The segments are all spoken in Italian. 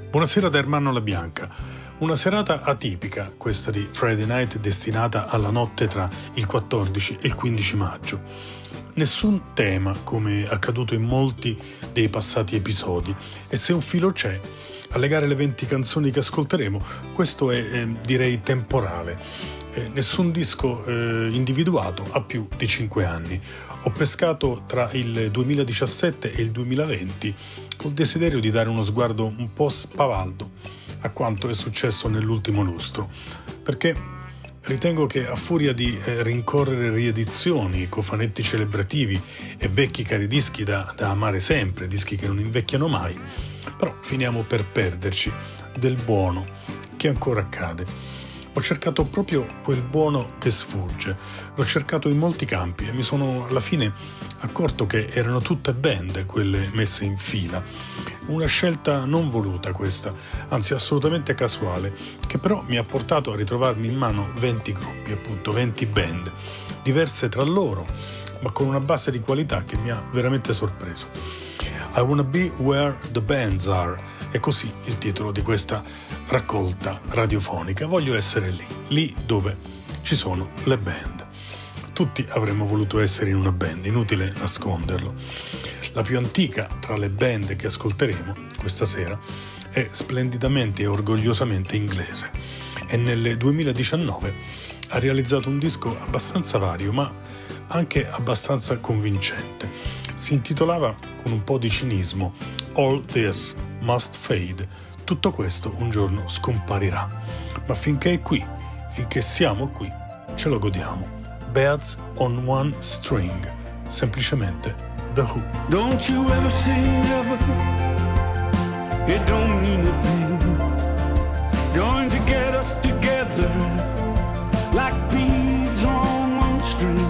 Buonasera da Ermanno La Bianca. Una serata atipica, questa di Friday Night, destinata alla notte tra il 14 e il 15 maggio. Nessun tema, come accaduto in molti dei passati episodi, e se un filo c'è, a legare le 20 canzoni che ascolteremo, questo è, direi, temporale. Nessun disco individuato ha più di 5 anni. Ho pescato tra il 2017 e il 2020 col desiderio di dare uno sguardo un po' spavaldo a quanto è successo nell'ultimo lustro, perché ritengo che a furia di rincorrere riedizioni, cofanetti celebrativi e vecchi cari dischi da amare sempre, dischi che non invecchiano mai, però finiamo per perderci del buono che ancora accade. Ho cercato proprio quel buono che sfugge, l'ho cercato in molti campi e mi sono alla fine accorto che erano tutte band quelle messe in fila. Una scelta non voluta questa, anzi assolutamente casuale, che però mi ha portato a ritrovarmi in mano 20 gruppi, appunto 20 band, diverse tra loro, ma con una base di qualità che mi ha veramente sorpreso. I Wanna Be Where the Bands Are, è così il titolo di questa raccolta radiofonica. Voglio essere lì dove ci sono le band. Tutti avremmo voluto essere in una band, inutile nasconderlo. La più antica tra le band che ascolteremo questa sera è splendidamente e orgogliosamente inglese e nel 2019 ha realizzato un disco abbastanza vario ma anche abbastanza convincente. Si intitolava con un po' di cinismo All This Must Fade. Tutto questo un giorno scomparirà, ma finché è qui, finché siamo qui, ce lo godiamo. Birds on One String, semplicemente The Who. Don't you ever say never, it don't mean a thing. Going to get us together like beads on one string.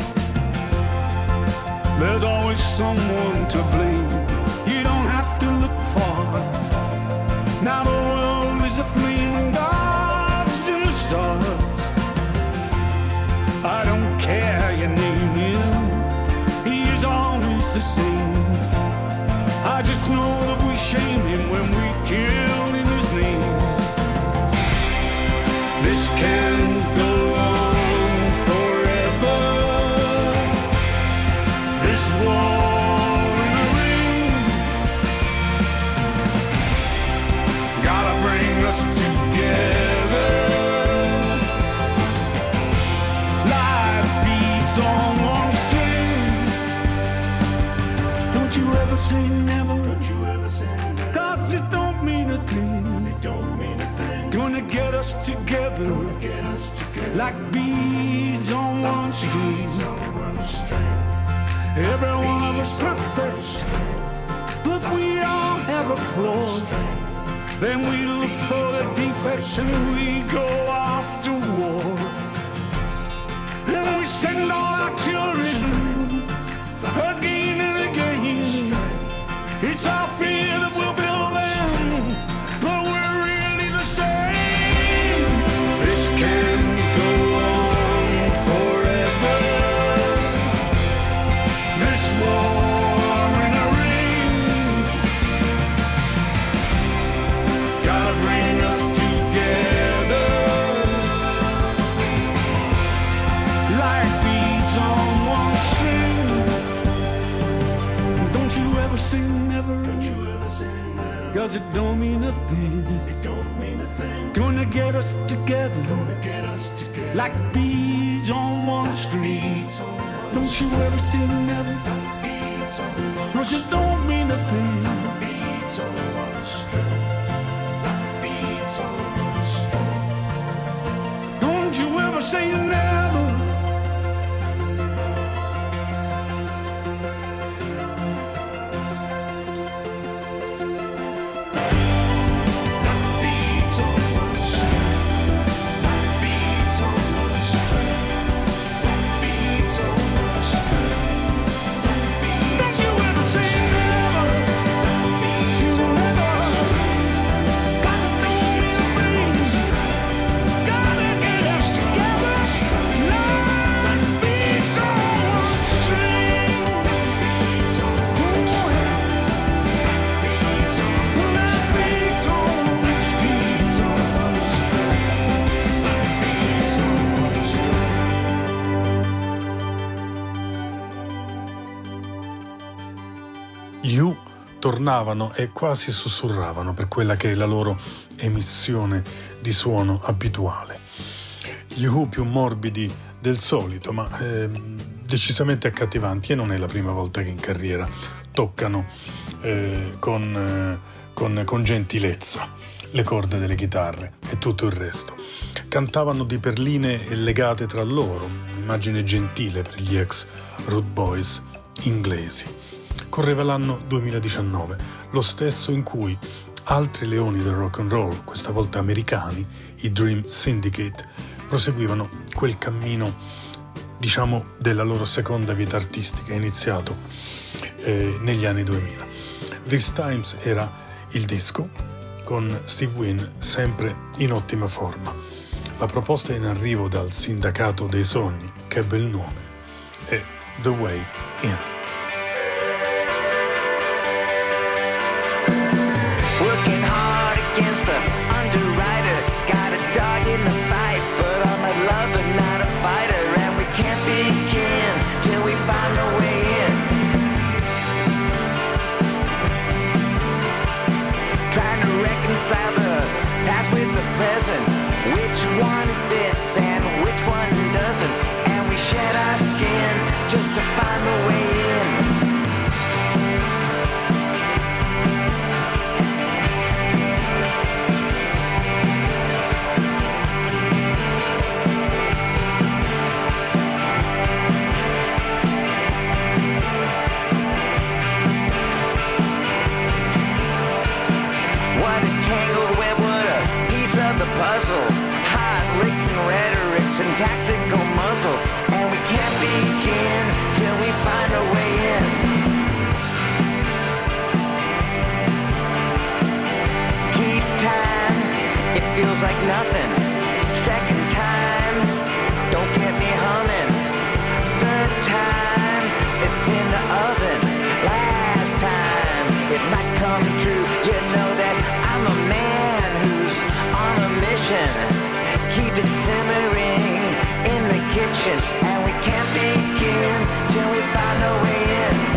There's always someone to blame. You don't have to look far. Now the world is aflame and God's in the stars. I don't care your name is, he is always the same. I just know that we shame him when we kill in his name. This can't go on forever. This war in the ring gotta bring us together. Life beats on one string. Don't you ever say never. Don't you ever say never. 'Cause it don't mean a thing. It don't mean a thing. Gonna get us together. Gonna get us together. Like beads on one string. Every one of us perfect, but we all have a flaw. Then we look for the defects and we go off to war. Then we send all our children again and again. It's our fear that will build them, but we're really the same. This can't go on forever. This war in a ring gotta bring us together like beads on one string. Don't you ever say never. Don't you ever say never. 'Cause it don't mean a thing. It don't mean a thing. Gonna get us together. Gonna get us together like beads on one string. Don't you ever say never. 'Cause it don't mean a thing. Beads on one string. Beads on one string. Don't you ever say never. Beads on one string. Beads on one string. Beads on one string. Don't you ever say no. Gli Who tornavano e quasi sussurravano per quella che è la loro emissione di suono abituale. Gli Who più morbidi del solito, ma decisamente accattivanti, e non è la prima volta che in carriera toccano con gentilezza le corde delle chitarre e tutto il resto. Cantavano di perline legate tra loro, un'immagine gentile per gli ex Rude Boys inglesi. Correva l'anno 2019, lo stesso in cui altri leoni del rock and roll, questa volta americani, i Dream Syndicate, proseguivano quel cammino, diciamo, della loro seconda vita artistica, iniziato negli anni 2000. This Times era il disco, con Steve Wynn sempre in ottima forma. La proposta in arrivo dal Sindacato dei Sogni, che bel nome, è The Way In. Working hard against the underwriter, got a dog in the fight, but I'm a lover, not a fighter, and we can't begin till we find a way in. Trying to reconcile the past with the present, which one fits and which one doesn't, and we shed our skin just to find a way in. Puzzle, hot licks and rhetorics and tactical muzzle, and we can't begin till we find a way in. Keep time, it feels like nothing. Second time, don't get me humming. Third time, it's in the oven. Last time, it might come true. You know that I'm a man who's on a mission. Keep it simmering in the kitchen, and we can't begin till we find a way in.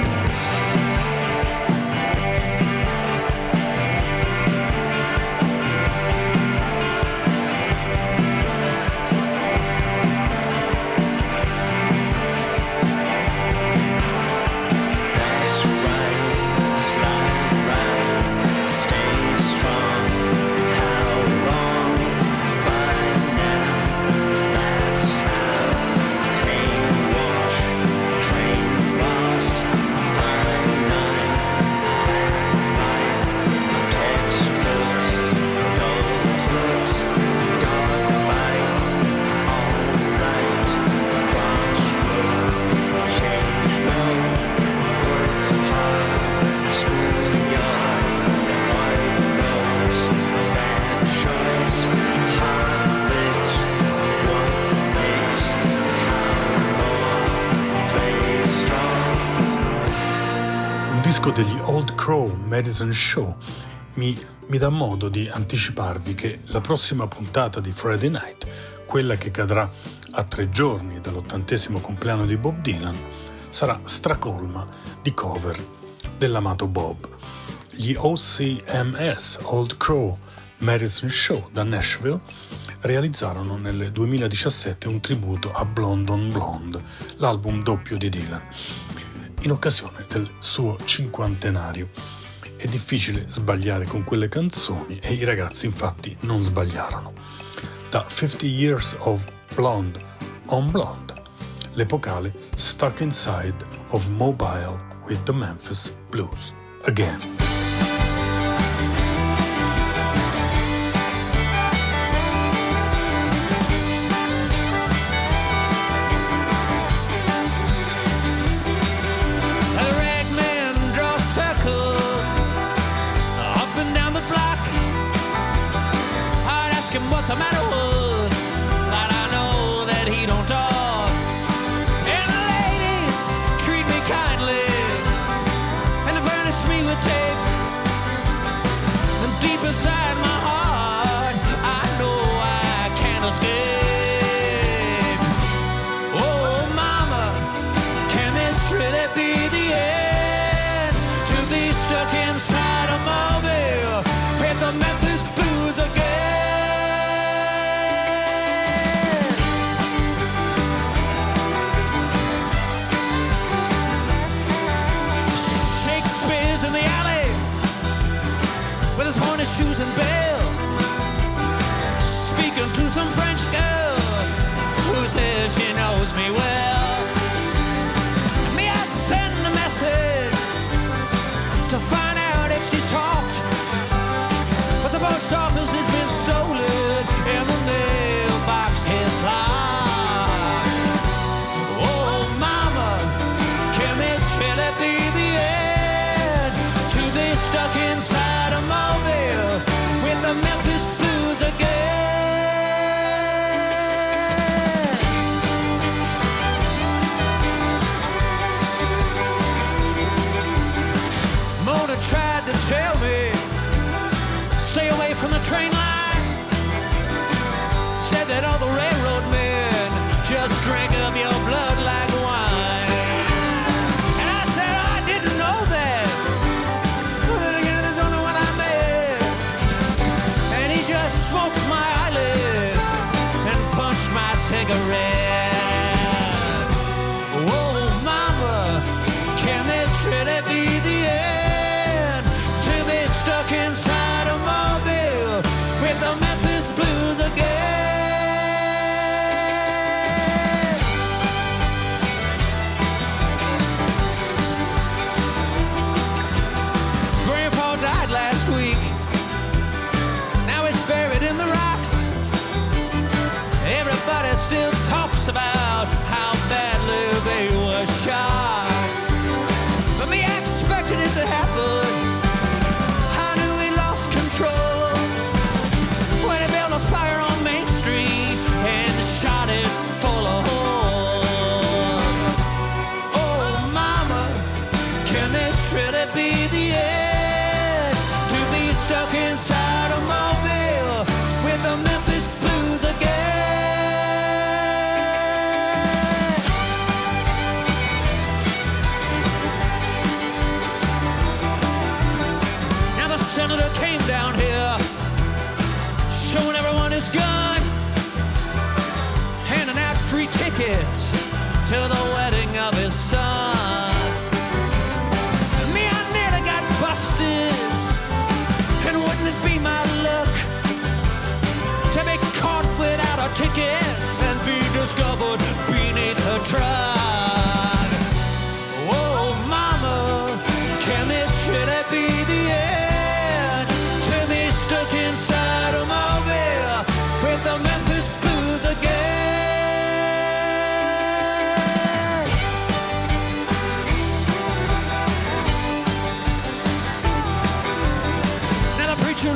Degli Old Crow Medicine Show mi dà modo di anticiparvi che la prossima puntata di Friday Night, quella che cadrà a 3 giorni dall'80° compleanno di Bob Dylan, sarà stracolma di cover dell'amato Bob. Gli OCMS, Old Crow Medicine Show da Nashville, realizzarono nel 2017 un tributo a Blonde on Blonde, l'album doppio di Dylan, in occasione del suo 50°. È difficile sbagliare con quelle canzoni e i ragazzi infatti non sbagliarono. Da 50 Years of Blonde on Blonde, l'epocale Stuck Inside of Mobile with the Memphis Blues Again. What the matter was, but I know that he don't talk. And the ladies treat me kindly, and the furnace me with take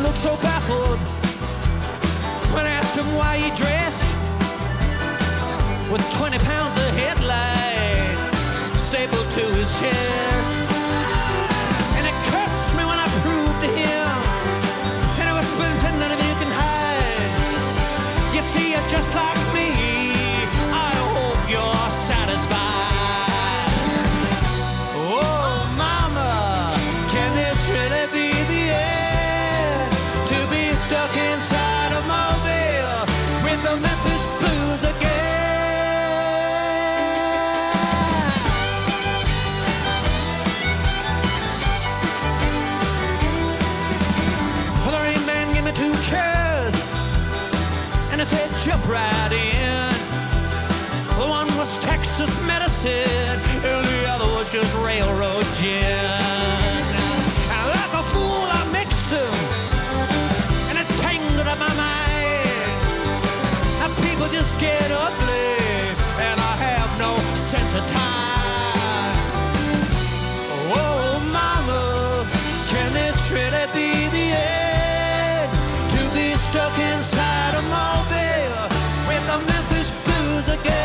looked so baffled when I asked him why he dressed with 20 pounds of headlights stapled to his chest. And it cursed me when I proved to him, and it whispered, said, none of you can hide. You see, you're just like me. I hope you're satisfied. Oh, mama, can this really be the end? To be stuck inside a mobile with the Memphis Blues again. Well, the Rain Man gave me 2 chairs, and I said, jump right in. The one was Texas medicine, and the other was just railroad gin. And like a fool, I mixed them, and it tangled up my mind. And people just get ugly, and I have no sense of time. Oh, mama, can this really be the end? To be stuck inside a mobile with the Memphis Blues again.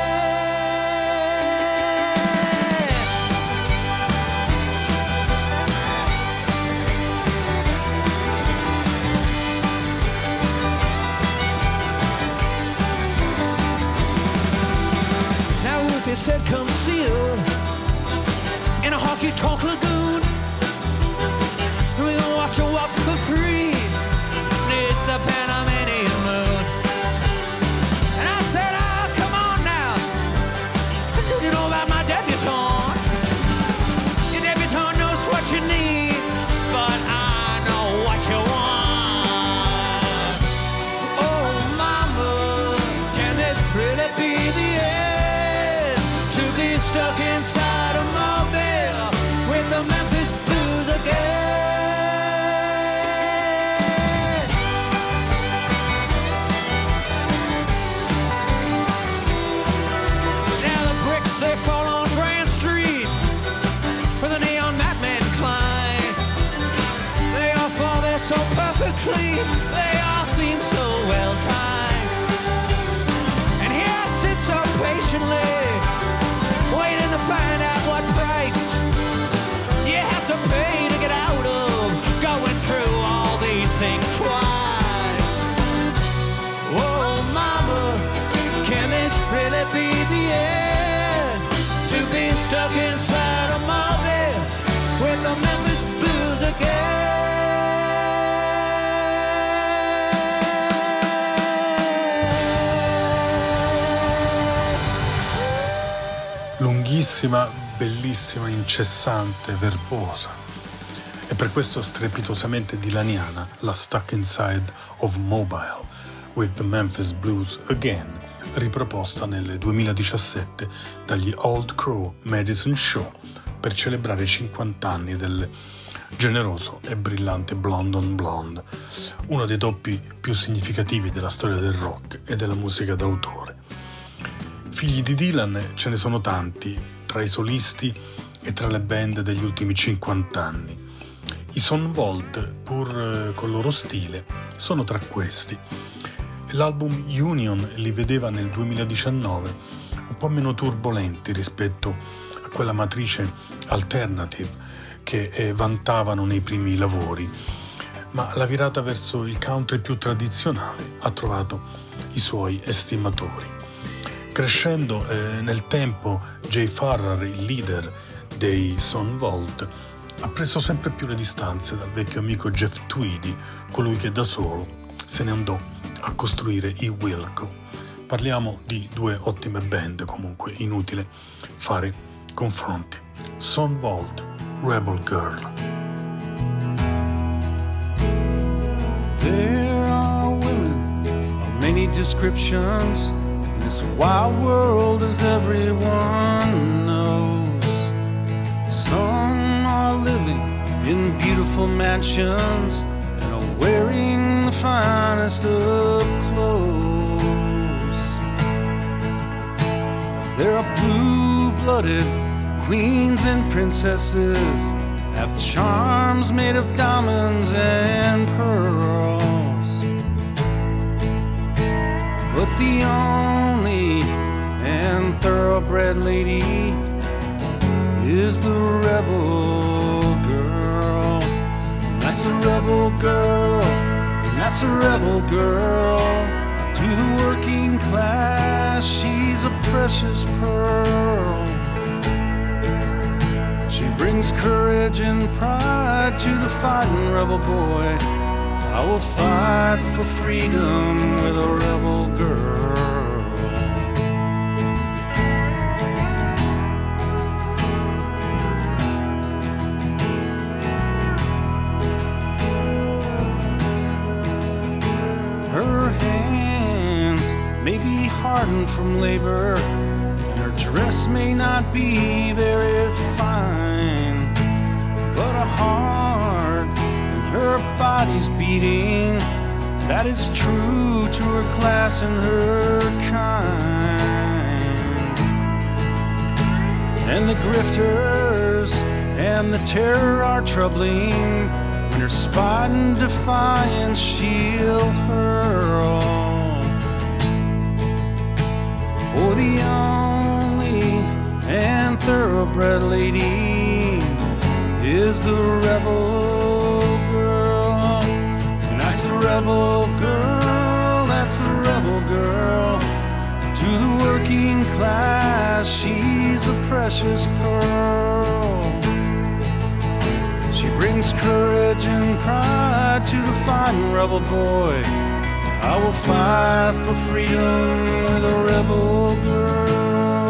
Now Ruthie said, come see her in a honky-tonk lagoon. We're gonna watch her walk for free beneath the Panamanian moon. And I said, oh, come on now. You know about my debutante? Your debutante knows what you need, but I know what you want. Oh, mama, can this really be the end? To be stuck inside a mobile with the Memphis Blues again. Now the bricks, they fall on Grand Street where the neon madmen climb. They all fall there so perfectly, they all seem so well timed. And here I sit so patiently, waiting to find out what price you have to pay to get out of going through all these things twice. Oh, mama, can this really be the end? To be stuck inside a mobile with the Memphis Blues again. Lunghissima, bellissima, incessante, verbosa. E per questo strepitosamente dilaniana la Stuck Inside of Mobile with the Memphis Blues Again, riproposta nel 2017 dagli Old Crow Medicine Show per celebrare i 50 anni del generoso e brillante Blonde on Blonde, uno dei toppi più significativi della storia del rock e della musica d'autore. Figli di Dylan ce ne sono tanti, tra i solisti e tra le band degli ultimi 50 anni. I Son Volt, pur col loro stile, sono tra questi. L'album Union li vedeva nel 2019 un po' meno turbolenti rispetto a quella matrice alternative che vantavano nei primi lavori, ma la virata verso il country più tradizionale ha trovato i suoi estimatori. Crescendo nel tempo, Jay Farrar, il leader dei Son Volt, ha preso sempre più le distanze dal vecchio amico Jeff Tweedy, colui che da solo se ne andò a costruire i Wilco. Parliamo di 2 ottime band, comunque inutile fare confronti. Son Volt, Rebel Girl. There are women of many descriptions in this wild world, as everyone knows. Some are living in beautiful mansions and are wearing the finest of clothes. There are blue-blooded queens and princesses have charms made of diamonds and pearls. But the only and thoroughbred lady is the rebel girl. That's a rebel girl. That's a rebel girl. To the working class, she's a precious pearl. She brings courage and pride to the fighting rebel boy. I will fight for freedom with a rebel girl. Her hands may be hardened from labor, and her dress may not be very fine, but a heart and her body's beating, that is true to her class and her kind. And the grifters and the terror are troubling, when her spite and defiance she'll hurl. For the only and thoroughbred lady is the rebel girl. And that's the rebel girl, that's the rebel girl. To the working class, she's a precious pearl. She brings courage and pride to the fighting rebel boy. I will fight for freedom with a rebel girl.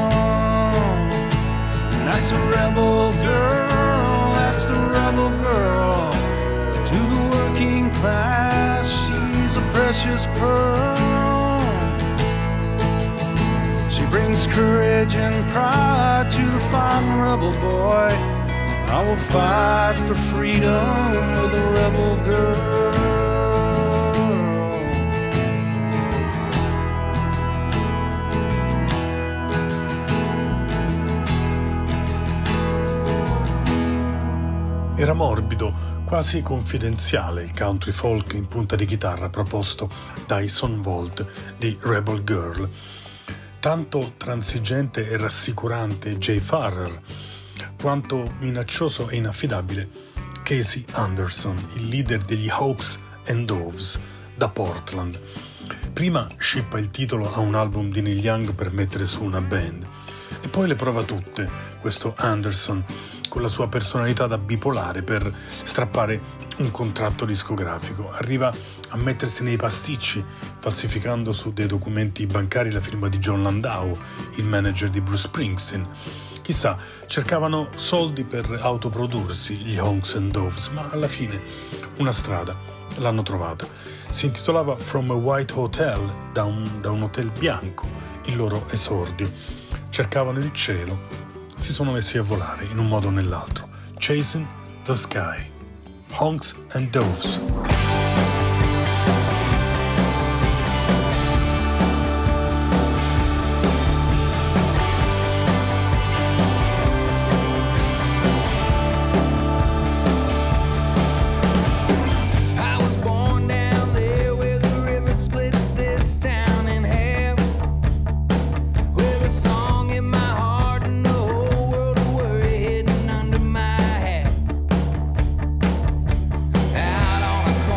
And that's a rebel girl, that's the rebel girl. To the working class, she's a precious pearl. She brings courage and pride to the fighting rebel boy. I will fight for freedom with a rebel girl. Era morbido, quasi confidenziale il country folk in punta di chitarra proposto dai Son Volt di Rebel Girl. Tanto transigente e rassicurante Jay Farrer, quanto minaccioso e inaffidabile Casey Anderson, il leader degli Hawks and Doves da Portland. Prima scippa il titolo a un album di Neil Young per mettere su una band, e poi le prova tutte, questo Anderson, con la sua personalità da bipolare, per strappare un contratto discografico. Arriva a mettersi nei pasticci, falsificando su dei documenti bancari la firma di John Landau, il manager di Bruce Springsteen. Chissà, cercavano soldi per autoprodursi gli Hawks and Doves, ma alla fine una strada l'hanno trovata. Si intitolava From a White Hotel, da un hotel bianco, il loro esordio. Cercavano il cielo, si sono messi a volare in un modo o nell'altro. Chasing the Sky, Hawks and Doves. Out on a corner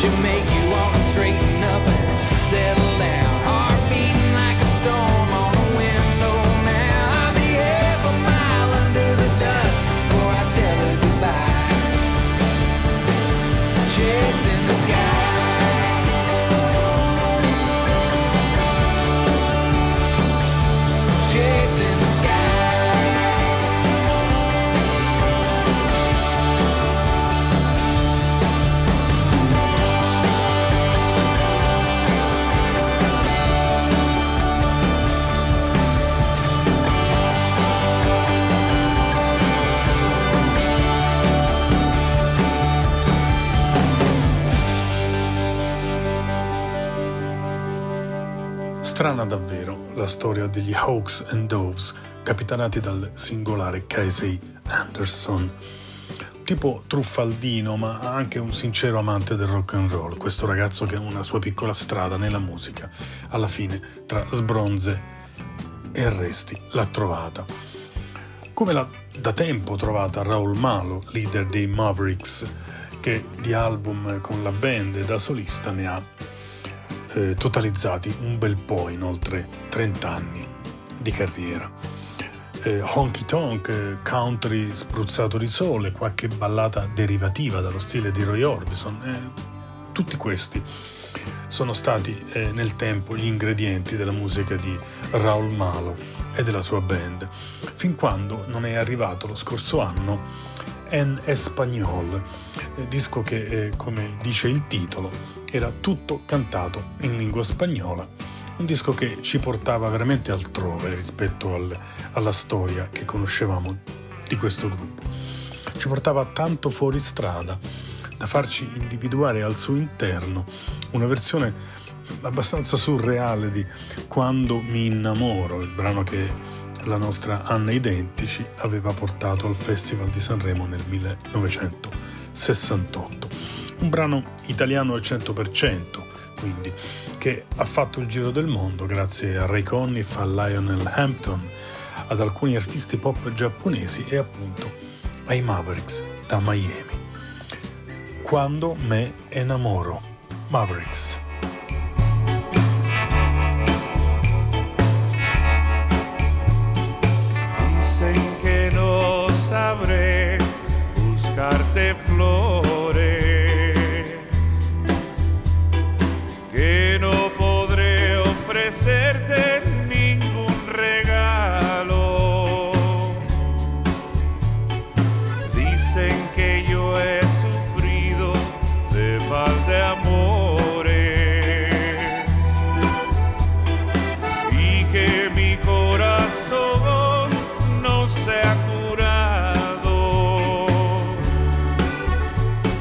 should make you want to straighten up and settle down. Heart beating like a storm on a window now. I'll be half a mile under the dust before I tell her goodbye. Chasing the sky. Chasing the sky. Strana davvero la storia degli Hawks and Doves, capitanati dal singolare Casey Anderson. Tipo truffaldino, ma anche un sincero amante del rock and roll, questo ragazzo che ha una sua piccola strada nella musica, alla fine tra sbronze e arresti l'ha trovata. Come l'ha da tempo trovata Raul Malo, leader dei Mavericks, che di album con la band e da solista ne ha totalizzati un bel po' in oltre 30 anni di carriera. Honky tonk, country spruzzato di sole, qualche ballata derivativa dallo stile di Roy Orbison, tutti questi sono stati nel tempo gli ingredienti della musica di Raul Malo e della sua band, fin quando non è arrivato lo scorso anno En Español, disco che, come dice il titolo, era tutto cantato in lingua spagnola, un disco che ci portava veramente altrove rispetto alla storia che conoscevamo di questo gruppo. Ci portava tanto fuori strada da farci individuare al suo interno una versione abbastanza surreale di Quando mi innamoro, il brano che la nostra Anna Identici aveva portato al Festival di Sanremo nel 1968. Un brano italiano al 100%, quindi, che ha fatto il giro del mondo grazie a Ray Conniff, a Lionel Hampton, ad alcuni artisti pop giapponesi e appunto ai Mavericks da Miami. Quando me enamoro, Mavericks. Dicen que no sabré buscarte flores, que no podré ofrecerte ningún regalo. Dicen que yo he sufrido de falta de amores y que mi corazón no se ha curado.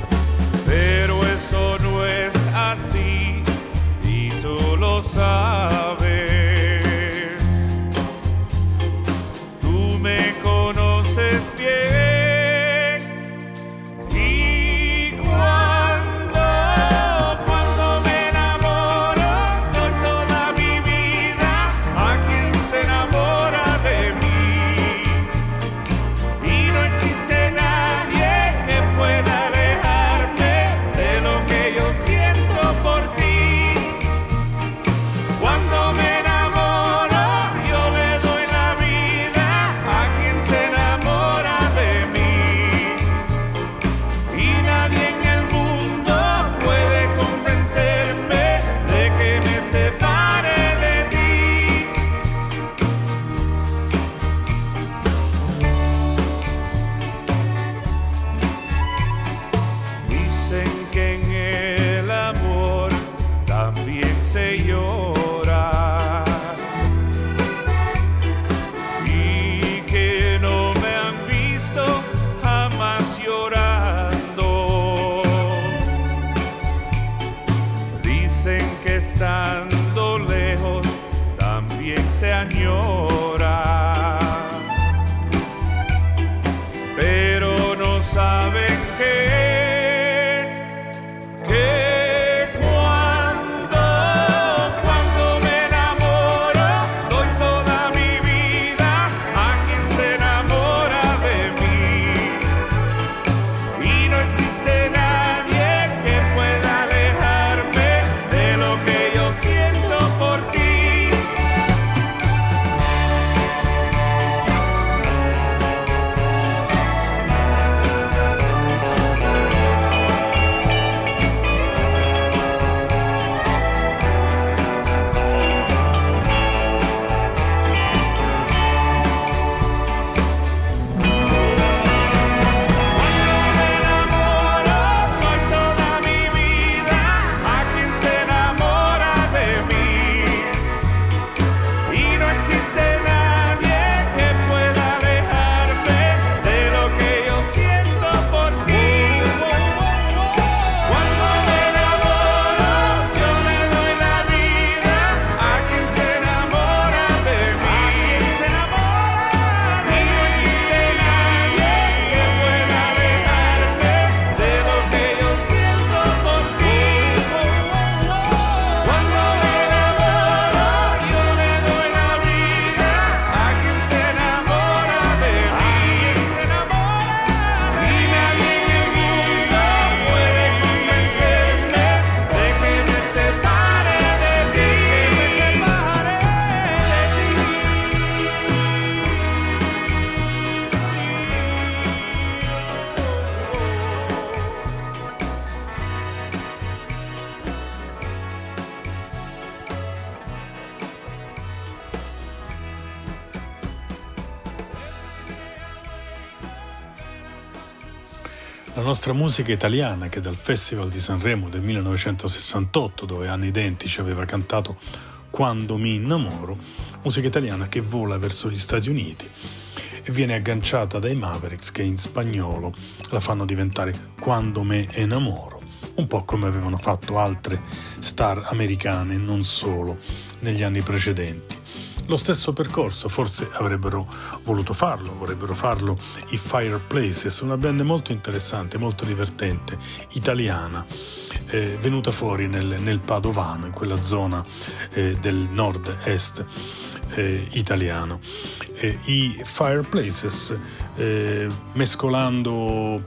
La nostra musica italiana, che dal Festival di Sanremo del 1968, dove anni identici aveva cantato Quando mi innamoro, musica italiana che vola verso gli Stati Uniti e viene agganciata dai Mavericks, che in spagnolo la fanno diventare Quando me enamoro, un po' come avevano fatto altre star americane, non solo, negli anni precedenti. Lo stesso percorso forse vorrebbero farlo i Fireplaces, una band molto interessante, molto divertente, italiana, venuta fuori nel Padovano, in quella zona del nord-est italiano. I Fireplaces, mescolando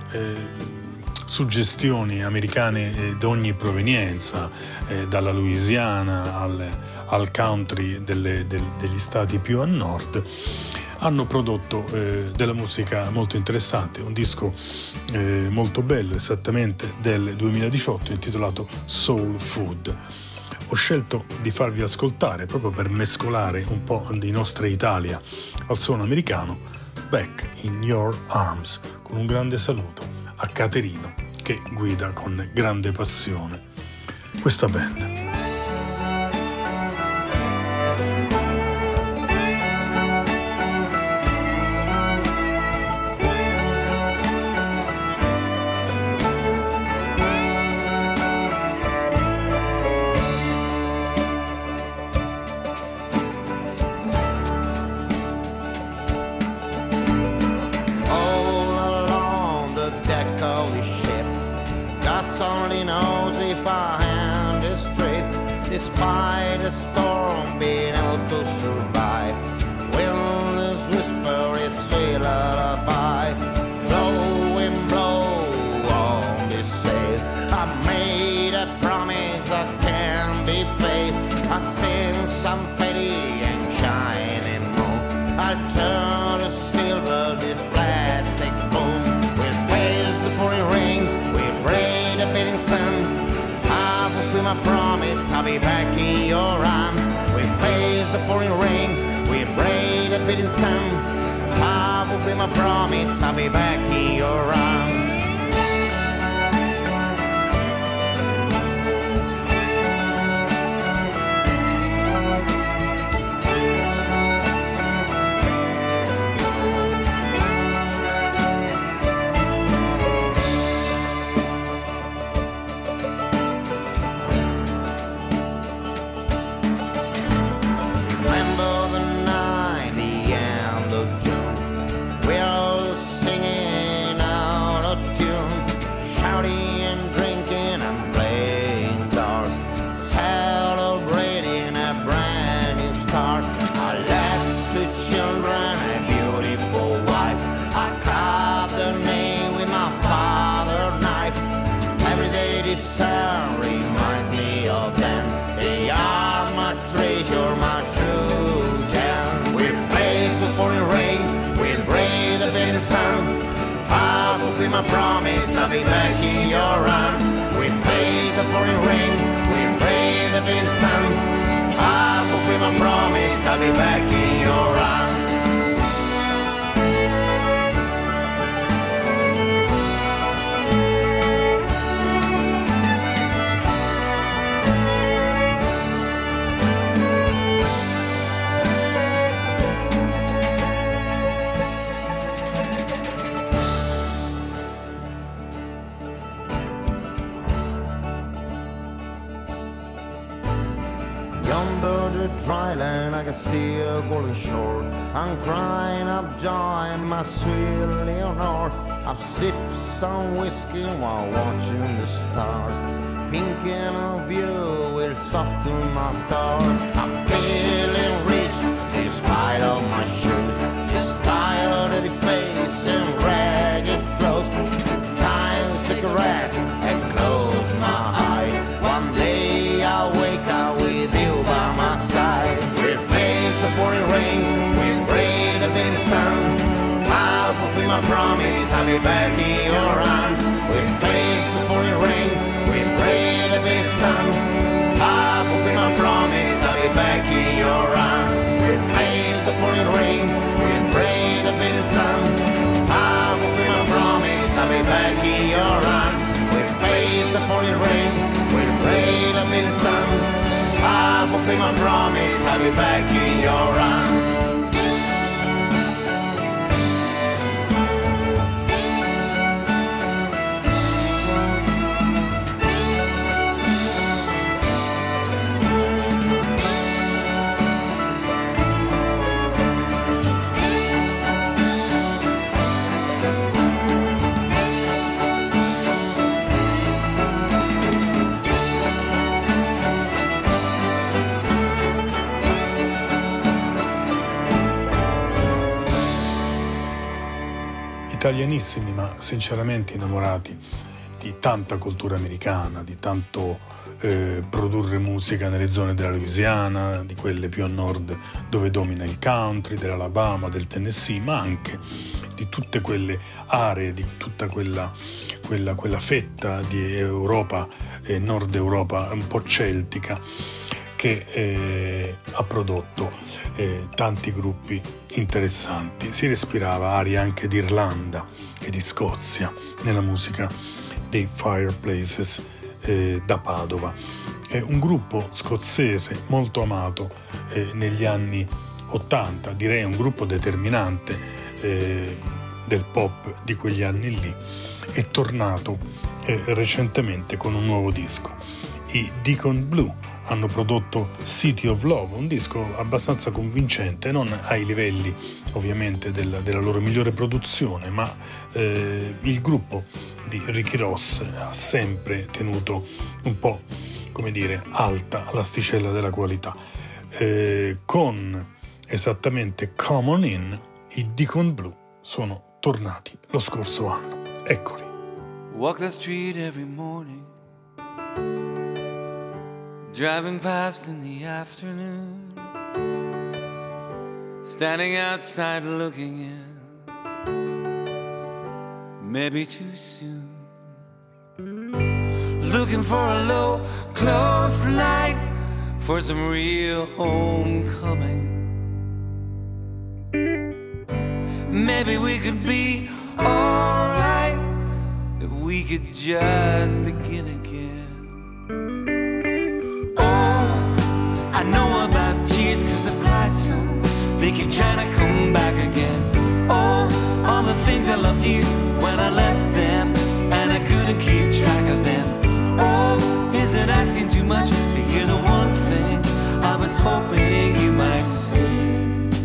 suggestioni americane d'ogni provenienza, dalla Louisiana al country degli stati più a nord, hanno prodotto della musica molto interessante, un disco molto bello, esattamente del 2018, intitolato Soul Food. Ho scelto di farvi ascoltare, proprio per mescolare un po' di nostra Italia al suono americano, Back in Your Arms, con un grande saluto a Caterino, che guida con grande passione questa band. Despite the storm, being able to survive. Wilderness whisper is sweet lullaby. Blow and blow on this sail. I made a promise I can't be paid. I seen some fading and shining moon. I'll turn to silver this plastic spoon. We'll face the pouring rain. We'll braid the beating sun. With my promise, I'll be back in your arms. We face the pouring rain, we braid the beating sun. I fulfill my promise, I'll be back in your arms. My promise, I'll be back in your arms. We face the pouring rain, we brave the beating sun. I'll fulfill my promise, I'll be back in your arms. Dry land, I can see a golden shore. I'm crying up joy, my sweet Leonore. I've sipped some whiskey while watching the stars. Thinking of you will soften my scars. I'm feeling rich despite of my shoes, despite of the face and ragged clothes. It's time to take a rest and close my eyes. One day I'll wake up with you by my side. We'll face the pouring rain, we'll brave the beating sun. I'll fulfill my promise, I'll be back in your arms. We'll face the pouring rain, we'll brave the beating sun. I'll fulfill my promise, I'll be back in your arms. We'll face the pouring rain, we'll brave the beating sun. I'll fulfill my promise, I'll be back be my promise, I'll be back in your arms. Italianissimi, ma sinceramente innamorati di tanta cultura americana, di tanto produrre musica nelle zone della Louisiana, di quelle più a nord dove domina il country, dell'Alabama, del Tennessee, ma anche di tutte quelle aree, di tutta quella fetta di Europa, Nord Europa un po' celtica, che ha prodotto tanti gruppi interessanti. Si respirava aria anche di Irlanda e di Scozia nella musica dei Fireplaces da Padova. È un gruppo scozzese molto amato negli anni 80, direi un gruppo determinante del pop di quegli anni lì. È tornato recentemente con un nuovo disco. I Deacon Blue hanno prodotto City of Love, un disco abbastanza convincente, non ai livelli ovviamente della loro migliore produzione, ma il gruppo di Ricky Ross ha sempre tenuto un po', come dire, alta l'asticella della qualità. Con esattamente Come On In, i Deacon Blue sono tornati lo scorso anno. Eccoli. Walk the street every morning, driving past in the afternoon, standing outside looking in, maybe too soon, looking for a low, close light, for some real homecoming. Maybe we could be alright if we could just begin again. I know about tears 'cause I've cried some. They keep trying to come back again. Oh, all the things I loved you when I left them, and I couldn't keep track of them. Oh, is it asking too much to hear the one thing I was hoping you might see?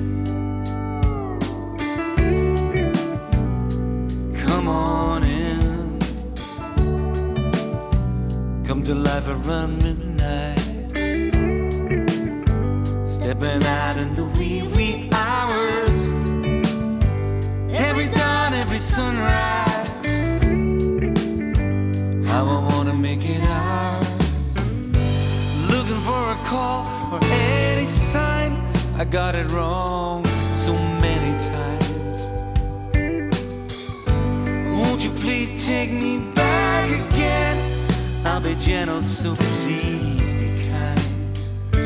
Come on in, come to life around midnight, stepping out in the wee hours, every dawn, every sunrise. How I wanna make it ours, looking for a call or any sign. I got it wrong so many times. Won't you please take me back again? I'll be gentle, so please be kind.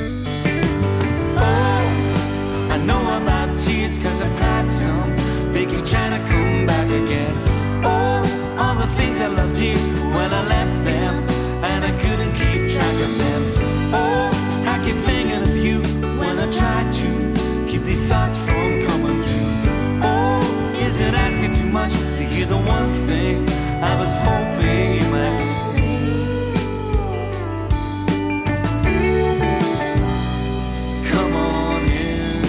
I know about tears 'cause I've cried some. They keep trying to come back again. Oh, all the things I loved you when I left them, and I couldn't keep track of them. Oh, I keep thinking of you when I try to keep these thoughts from coming through. Oh, is it asking too much to hear the one thing I was hoping you might see? Come on in.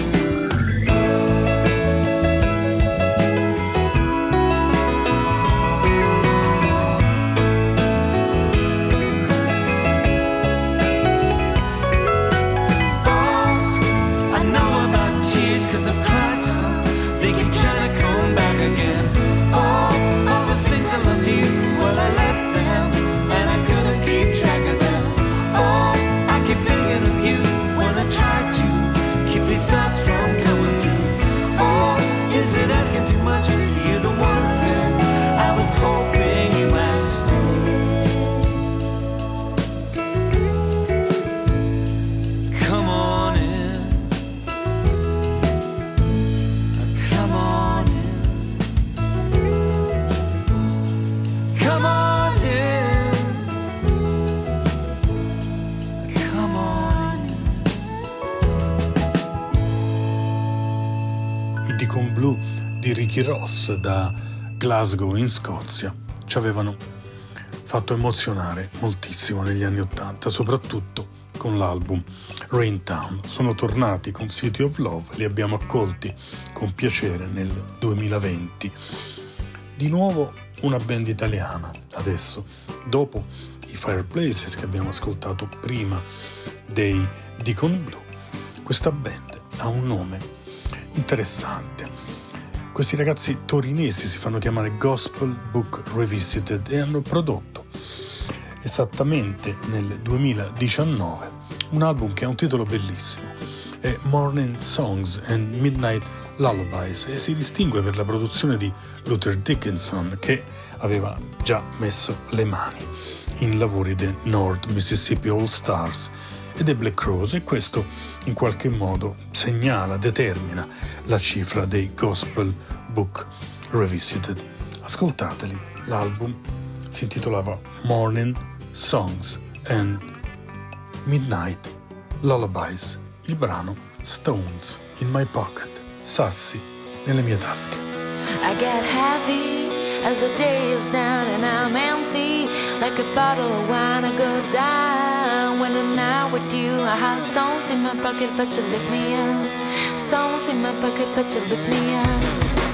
Nicky Ross da Glasgow in Scozia ci avevano fatto emozionare moltissimo negli anni '80, soprattutto con l'album Raintown. Sono tornati con City of Love, li abbiamo accolti con piacere nel 2020. Di nuovo una band italiana adesso, dopo i Fireplaces che abbiamo ascoltato prima dei Deacon Blue. Questa band ha un nome interessante. Questi ragazzi torinesi si fanno chiamare Gospel Book Revisited e hanno prodotto esattamente nel 2019 un album che ha un titolo bellissimo, è Morning Songs and Midnight Lullabies, e si distingue per la produzione di Luther Dickinson, che aveva già messo le mani in lavori dei North Mississippi All Stars e dei Black Crowes, e questo in qualche modo segnala, determina la cifra dei Gospel Book Revisited. Ascoltateli, l'album si intitolava Morning Songs and Midnight Lullabies, il brano Stones in My Pocket, sassi nelle mie tasche. I get heavy as the day is down and I'm empty, like a bottle of wine. I go down when I'm not with you. I have stones in my pocket but you lift me up, stones in my pocket but you lift me up.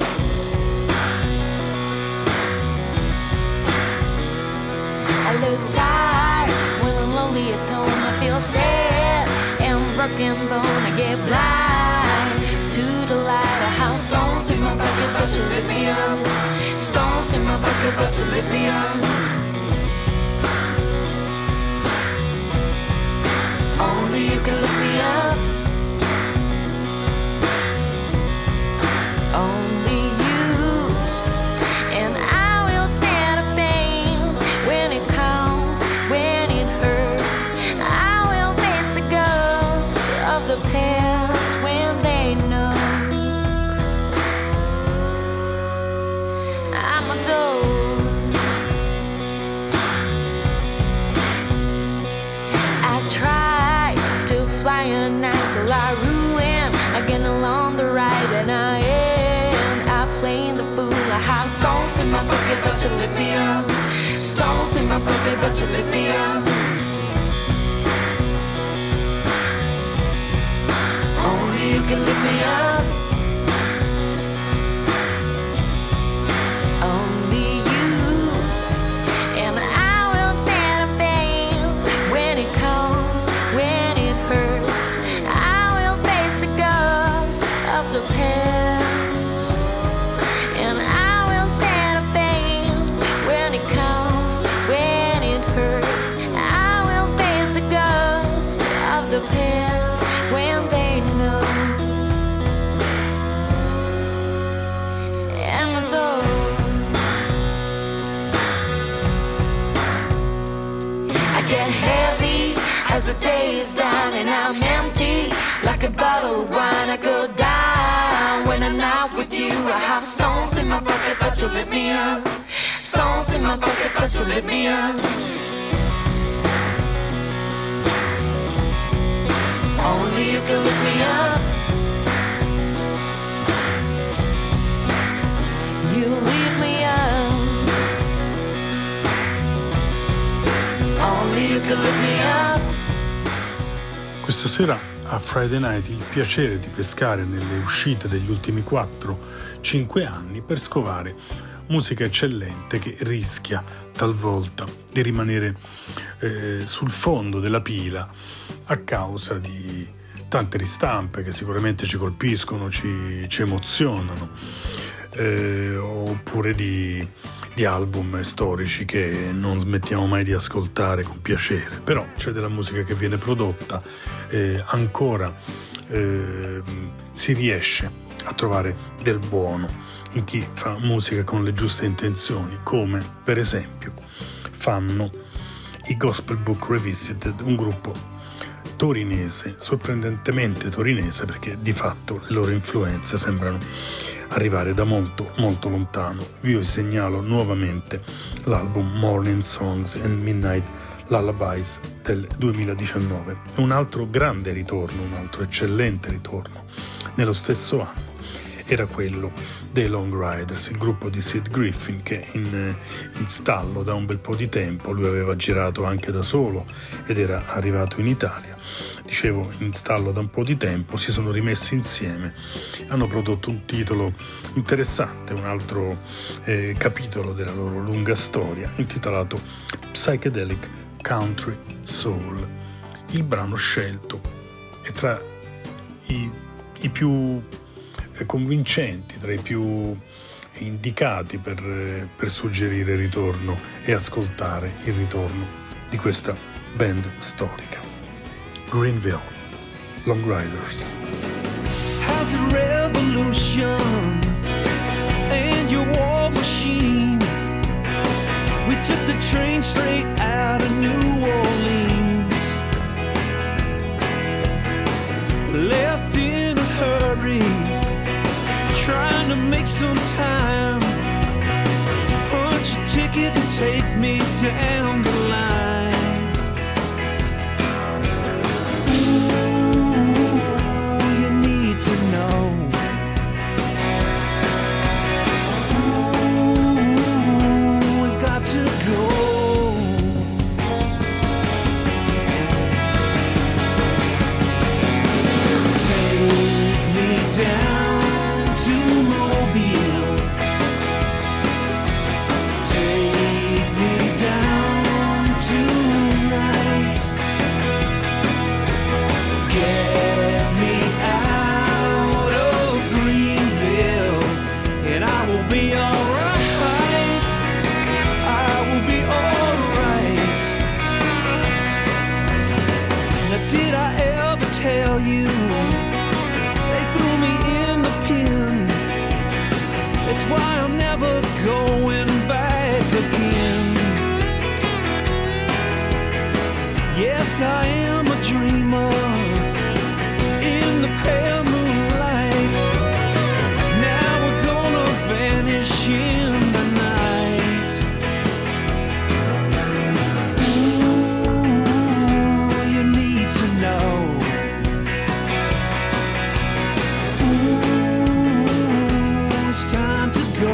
I look tired when I'm lonely at home. I feel sad and broken bone. I get blind to the light. I have stones in my pocket but you lift me up, stones in my pocket but you lift me up. Only you can lift me up. Only you. And I will stand a pain when it comes, when it hurts. I will face the ghost of the past when they know I'm adored. I try to fly a night till I ruin again along the ride, and I end up playing the fool. I have stones in my pocket but you lift me up, stones in my pocket but you lift me up. Only you can lift me up. Only you. And I will stand a pain when it comes, when it hurts. I will face the ghost of the past. And I will stand a pain when it comes, when it hurts. I will face the ghost of the past when they know I'm adored. I get heavy as the day is down and I'm empty, like a bottle of wine. I go down when I'm not with you. I have stones in my pocket but you lift me up, stones in my pocket but you lift me up. Only you can lift me up. You lift me up. Only you can lift me up. Questa sera a Friday Night il piacere di pescare nelle uscite degli ultimi 4-5 anni per scovare musica eccellente che rischia talvolta di rimanere sul fondo della pila a causa di tante ristampe che sicuramente ci colpiscono, ci emozionano, oppure di album storici che non smettiamo mai di ascoltare con piacere. Però c'è della musica che viene prodotta, ancora si riesce a trovare del buono in chi fa musica con le giuste intenzioni, come per esempio fanno i Gospel Book Revisited, un gruppo torinese, sorprendentemente torinese, perché di fatto le loro influenze sembrano arrivare da molto molto lontano. Vi segnalo nuovamente l'album Morning Songs and Midnight Lullabies del 2019. Un altro grande ritorno, un altro eccellente ritorno nello stesso anno era quello dei Long Riders, il gruppo di Sid Griffin che in stallo da un bel po' di tempo. Lui aveva girato anche da solo ed era arrivato in Italia. Dicevo, in stallo da un po' di tempo, si sono rimessi insieme, hanno prodotto un titolo interessante, un altro capitolo della loro lunga storia, intitolato Psychedelic Country Soul. Il brano scelto è tra i più convincenti, tra i più indicati per suggerire il ritorno e ascoltare il ritorno di questa band storica. Greenville, Long Riders. How's a revolution and your war machine? We took the train straight out of New Orleans, left in a hurry, trying to make some time. Punch a ticket and take me down the line. I am a dreamer in the pale moonlight. Now we're gonna vanish in the night. Ooh, you need to know. Ooh, it's time to go.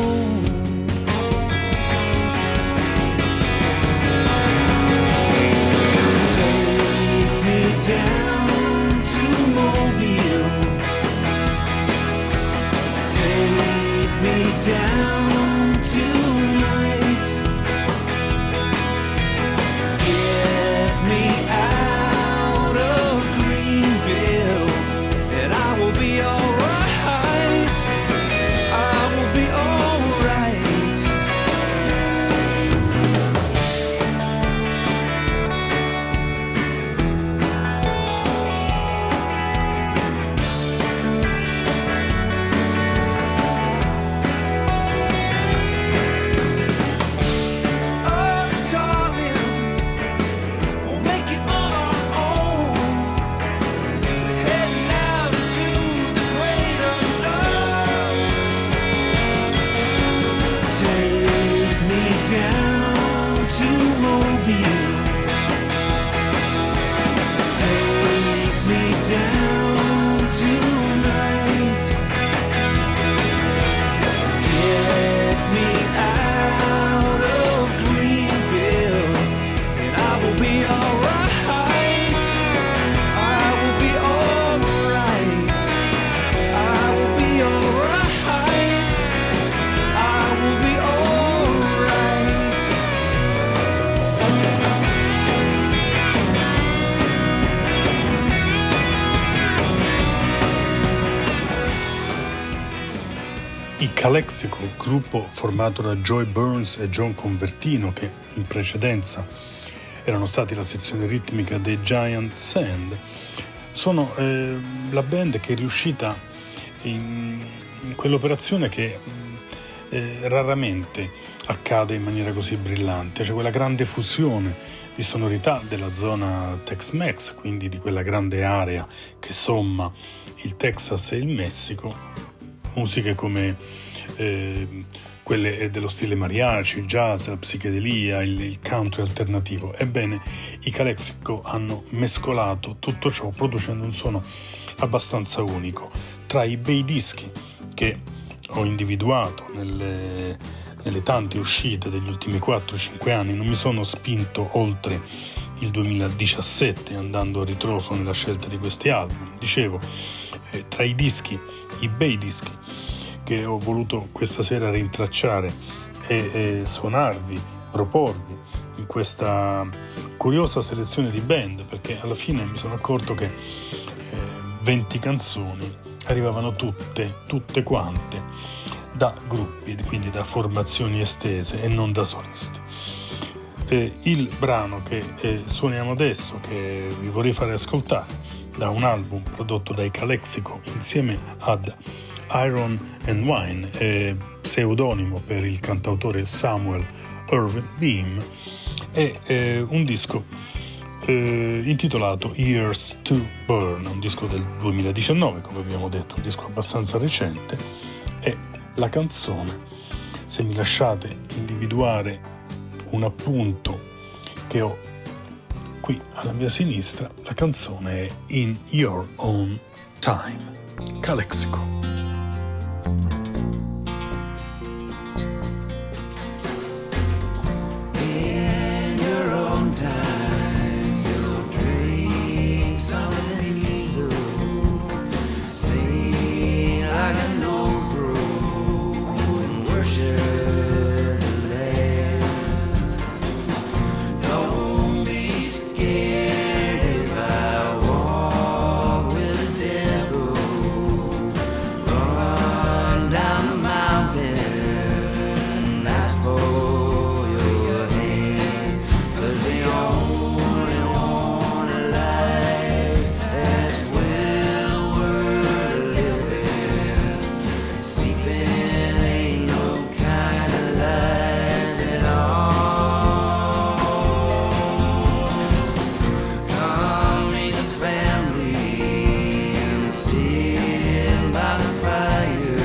Down to Mobile, take me down tonight, get me out of Greenville, and I will be alright, I will be alright. Calexico, gruppo formato da Joy Burns e John Convertino, che in precedenza erano stati la sezione ritmica dei Giant Sand, sono la band che è riuscita in quell'operazione che raramente accade in maniera così brillante, cioè quella grande fusione di sonorità della zona Tex-Mex, quindi di quella grande area che somma il Texas e il Messico, musiche come quelle dello stile mariachi, il jazz, la psichedelia, il country alternativo. Ebbene, i Calexico hanno mescolato tutto ciò producendo un suono abbastanza unico. Tra i bei dischi che ho individuato nelle tante uscite degli ultimi 4-5 anni. Non mi sono spinto oltre il 2017 andando a ritroso nella scelta di questi album. Dicevo, tra i dischi, i bei dischi che ho voluto questa sera rintracciare e suonarvi, proporvi in questa curiosa selezione di band, perché alla fine mi sono accorto che 20 canzoni arrivavano tutte quante da gruppi, quindi da formazioni estese e non da solisti. Il brano che suoniamo adesso, che vi vorrei fare ascoltare, da un album prodotto dai Calexico insieme ad Iron and Wine, pseudonimo per il cantautore Samuel Irving Beam, è un disco intitolato Years to Burn, un disco del 2019, come abbiamo detto, un disco abbastanza recente. E la canzone, se mi lasciate individuare un appunto che ho qui alla mia sinistra, la canzone è In Your Own Time, Calexico. In your own time, you'll drink something new, sing like an old brew, and worship the Lamb. Don't be scared if I walk with the devil. Run down the mountain, ask for your hand, 'cause we only want a life that's well worth living. Sleeping ain't no kind of life at all. Come meet the family and sit by the fire.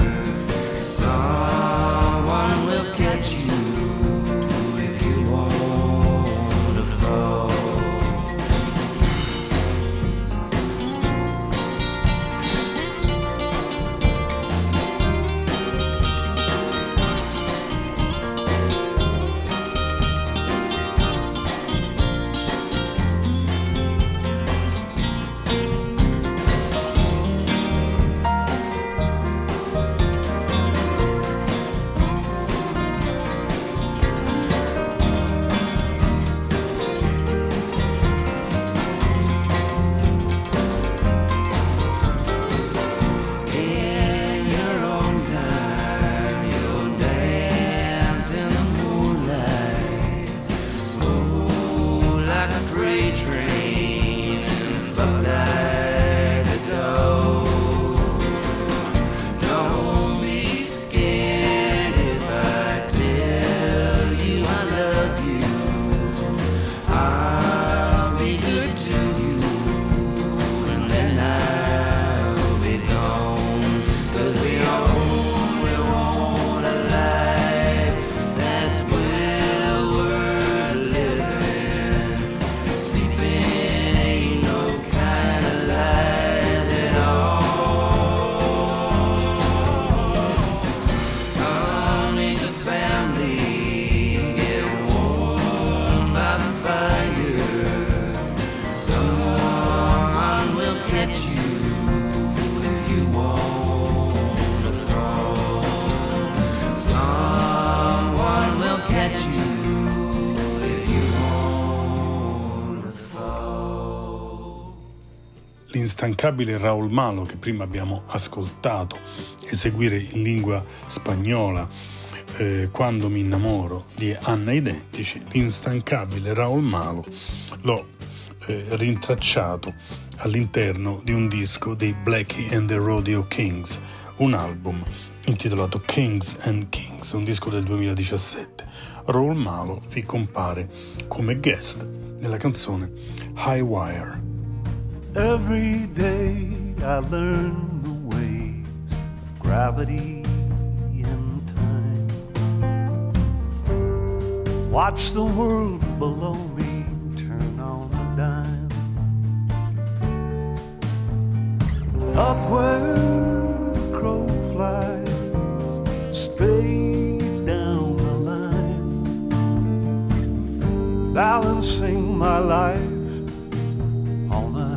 Someone will catch you if you want to fall. In your own time, you'll dance in the moonlight, smooth like a freight train and fuck like a dog. Don't be scared if I tell you I love you. I'll be good to you, and then I'll be gone. 'Cause we only want a life that's well worth living. Sleeping ain't no kind of life at all. Come meet the family and get warm by the fire. Someone will catch you if you want to fall. Someone will catch you if you want to fall. L'instancabile Raúl Malo, che prima abbiamo ascoltato eseguire in lingua spagnola Quando mi innamoro di Anna Identici, l'instancabile Raúl Malo l'ho rintracciato all'interno di un disco dei Blackie and the Rodeo Kings, un album intitolato Kings and Kings, un disco del 2017. Raúl Malo vi compare come guest nella canzone High Wire. Every day I learn the ways of gravity and time. Watch the world below me turn on a dime. Up where the crow flies sing my life on a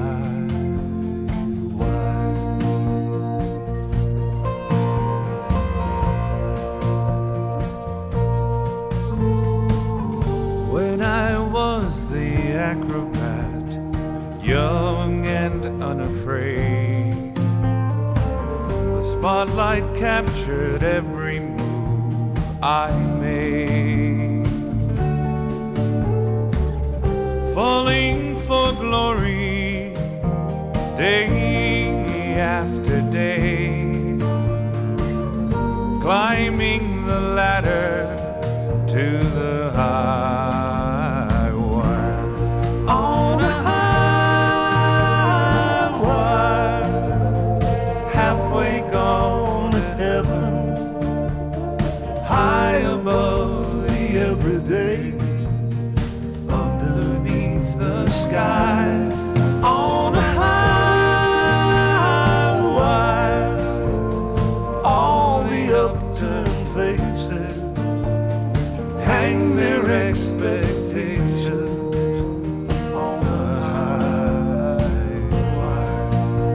When I was the acrobat, young and unafraid, the spotlight captured every move I made. Falling for glory day after day, climbing the ladder to the high wire. On a high wire, halfway gone to heaven, high above the everyday, underneath the sky. On a high wire, all the upturned faces hang their expectations on a high wire.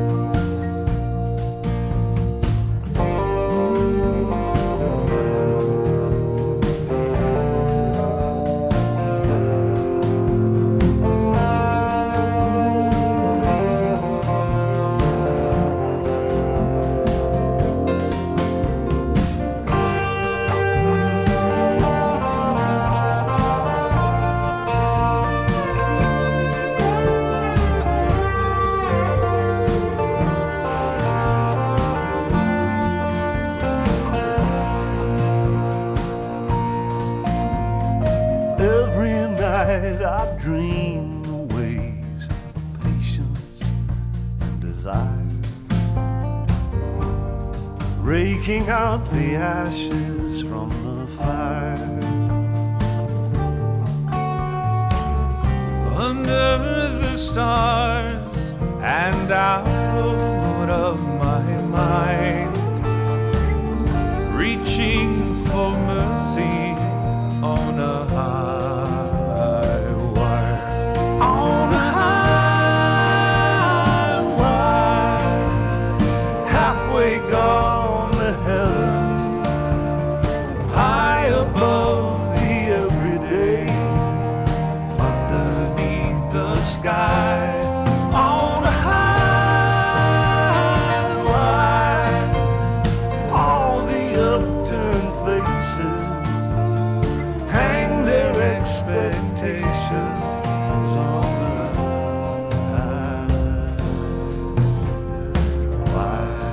Every night I dream the ways of patience and desire, raking out the ashes from the fire. Under the stars and out of my mind, reaching for mercy on a high wire. On a high wire, halfway gone to heaven, high above the everyday, underneath the sky. On a high wire, all the upturned faces hang their expectations on a high wire.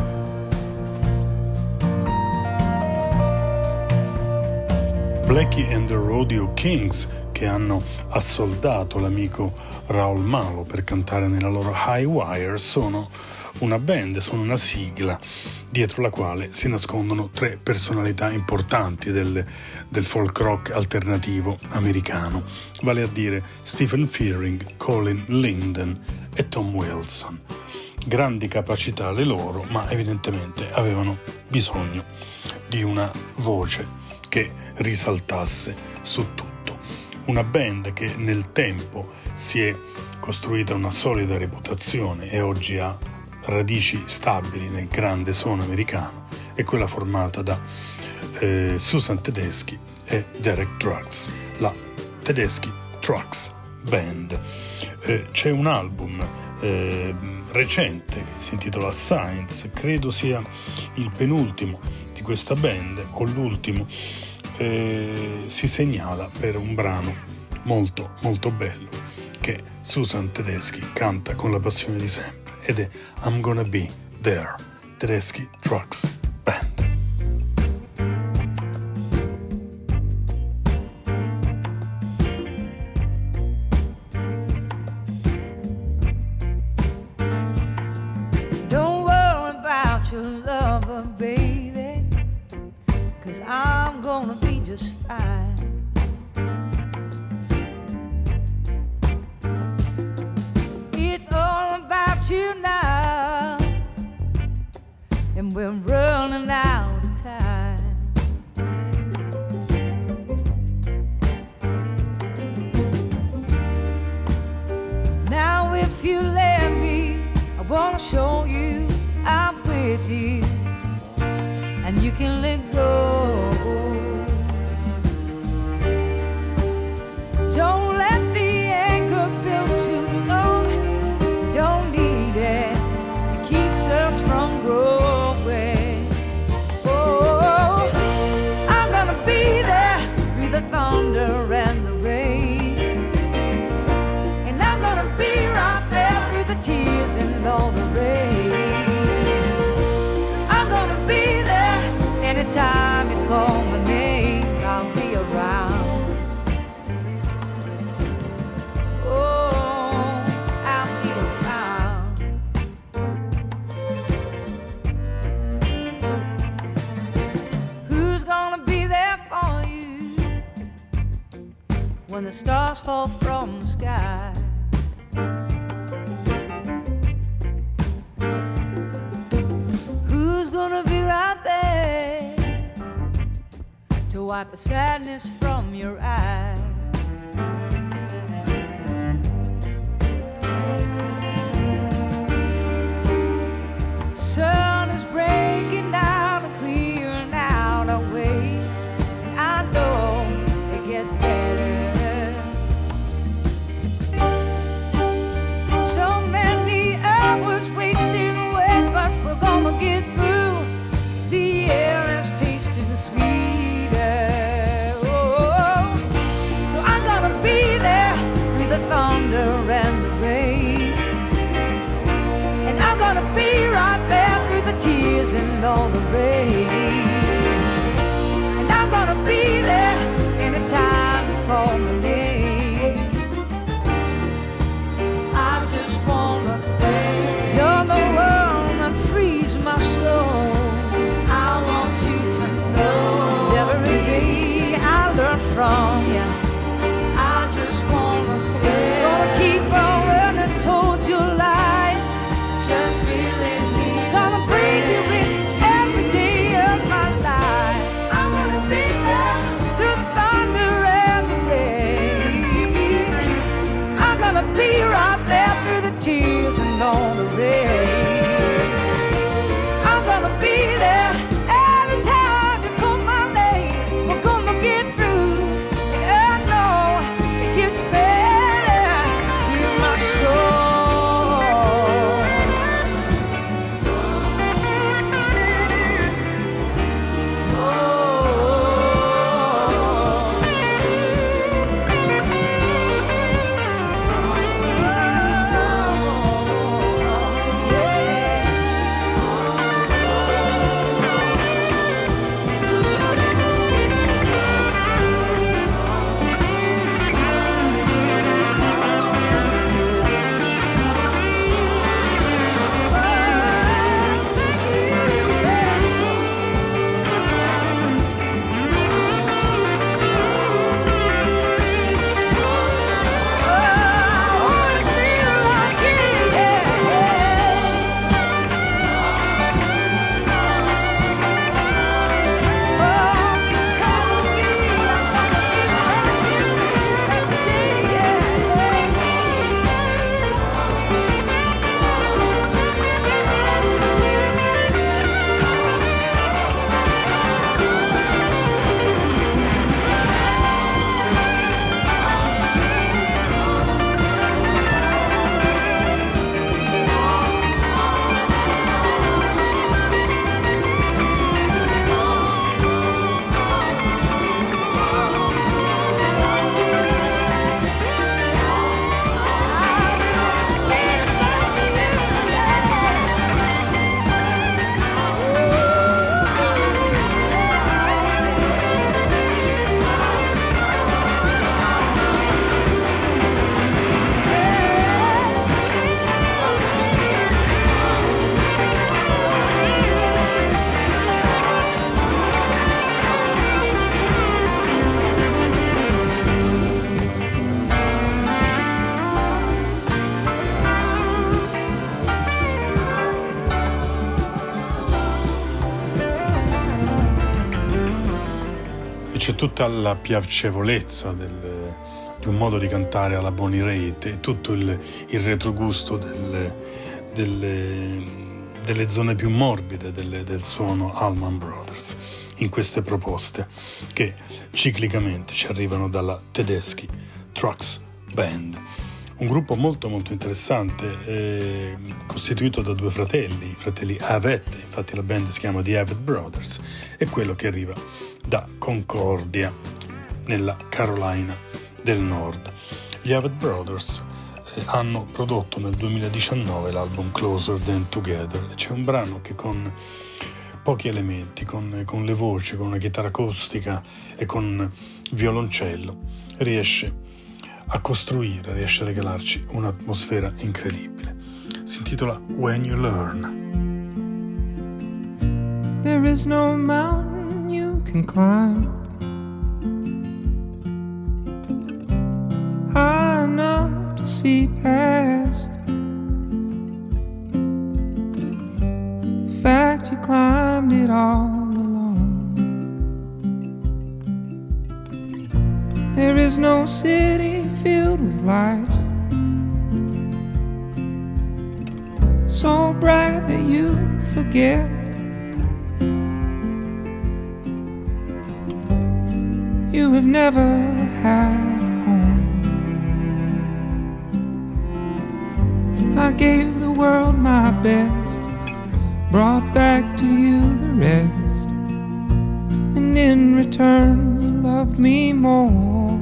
Blackie and the Rodeo Kings, che hanno assoldato l'amico Raoul Malo per cantare nella loro High Wire, sono una band, sono una sigla dietro la quale si nascondono tre personalità importanti del folk rock alternativo americano, vale a dire Stephen Fearing, Colin Linden e Tom Wilson. Grandi capacità le loro, ma evidentemente avevano bisogno di una voce che risaltasse su tutto. Una band che nel tempo si è costruita una solida reputazione e oggi ha radici stabili nel grande suono americano, è quella formata da Susan Tedeschi e Derek Trucks, la Tedeschi Trucks Band. C'è un album recente che si intitola Science, credo sia il penultimo di questa band o l'ultimo. Si segnala per un brano molto molto bello che Susan Tedeschi canta con la passione di sempre, ed è I'm Gonna Be There, Tedeschi Trucks Band. Don't worry about your lover, baby, 'cause I'm gonna be just fine. It's all about you now, and we're running out of time. wanna show you I'm with you, and you can let go. Don't let the anchor build too low. Don't need it. It keeps us from growing. Oh, I'm gonna be there through the thunder and the rain, and I'm gonna be right there through the tears and all the rain. I'm gonna be there anytime you call my name. I'll be around. Oh, I'll be around. Who's gonna be there for you when the stars fall from the sky? Who's gonna be right there to wipe the sadness from your eyes? The sun is breaking down and clearing out our way, and I know it gets better. So many hours wasted away, but we're gonna get through. The air is tasting sweeter. Oh, so I'm gonna be there through the thunder and the rain, and I'm gonna be right there through the tears and all the rain, and I'm gonna be there anytime you call my name. I just wanna thank you. You're the one that frees my soul. I want you to know every day I learn from you. I just wanna tell. Gonna keep on running towards your light. Just believe me. Gonna bring you in every day of my life. I'm gonna be there through the thunder and the rain. I'm gonna be right there through the tears and all the rain. I'm gonna be there anytime you call my name. We're gonna get through, and I know it gets better. Hear my soul. c'è tutta la piacevolezza di un modo di cantare alla Bonnie Raitt e tutto il retrogusto delle zone più morbide del suono Allman Brothers in queste proposte che ciclicamente ci arrivano dalla Tedeschi Trucks Band, un gruppo molto molto interessante, costituito da due fratelli, i fratelli Avett. Infatti la band si chiama The Avett Brothers, e quello che arriva da Concordia nella Carolina del Nord. Gli Avett Brothers hanno prodotto nel 2019 l'album Closer Than Together. C'è un brano che con pochi elementi, con le voci, con una chitarra acustica e con violoncello, riesce a regalarci un'atmosfera incredibile. Si intitola When You Learn. There is no mountain you can climb high enough to see past. The fact you climbed it all alone. There is no city filled with lights so bright that you forget. You have never had a home. I gave the world my best, brought back to you the rest, and in return you loved me more.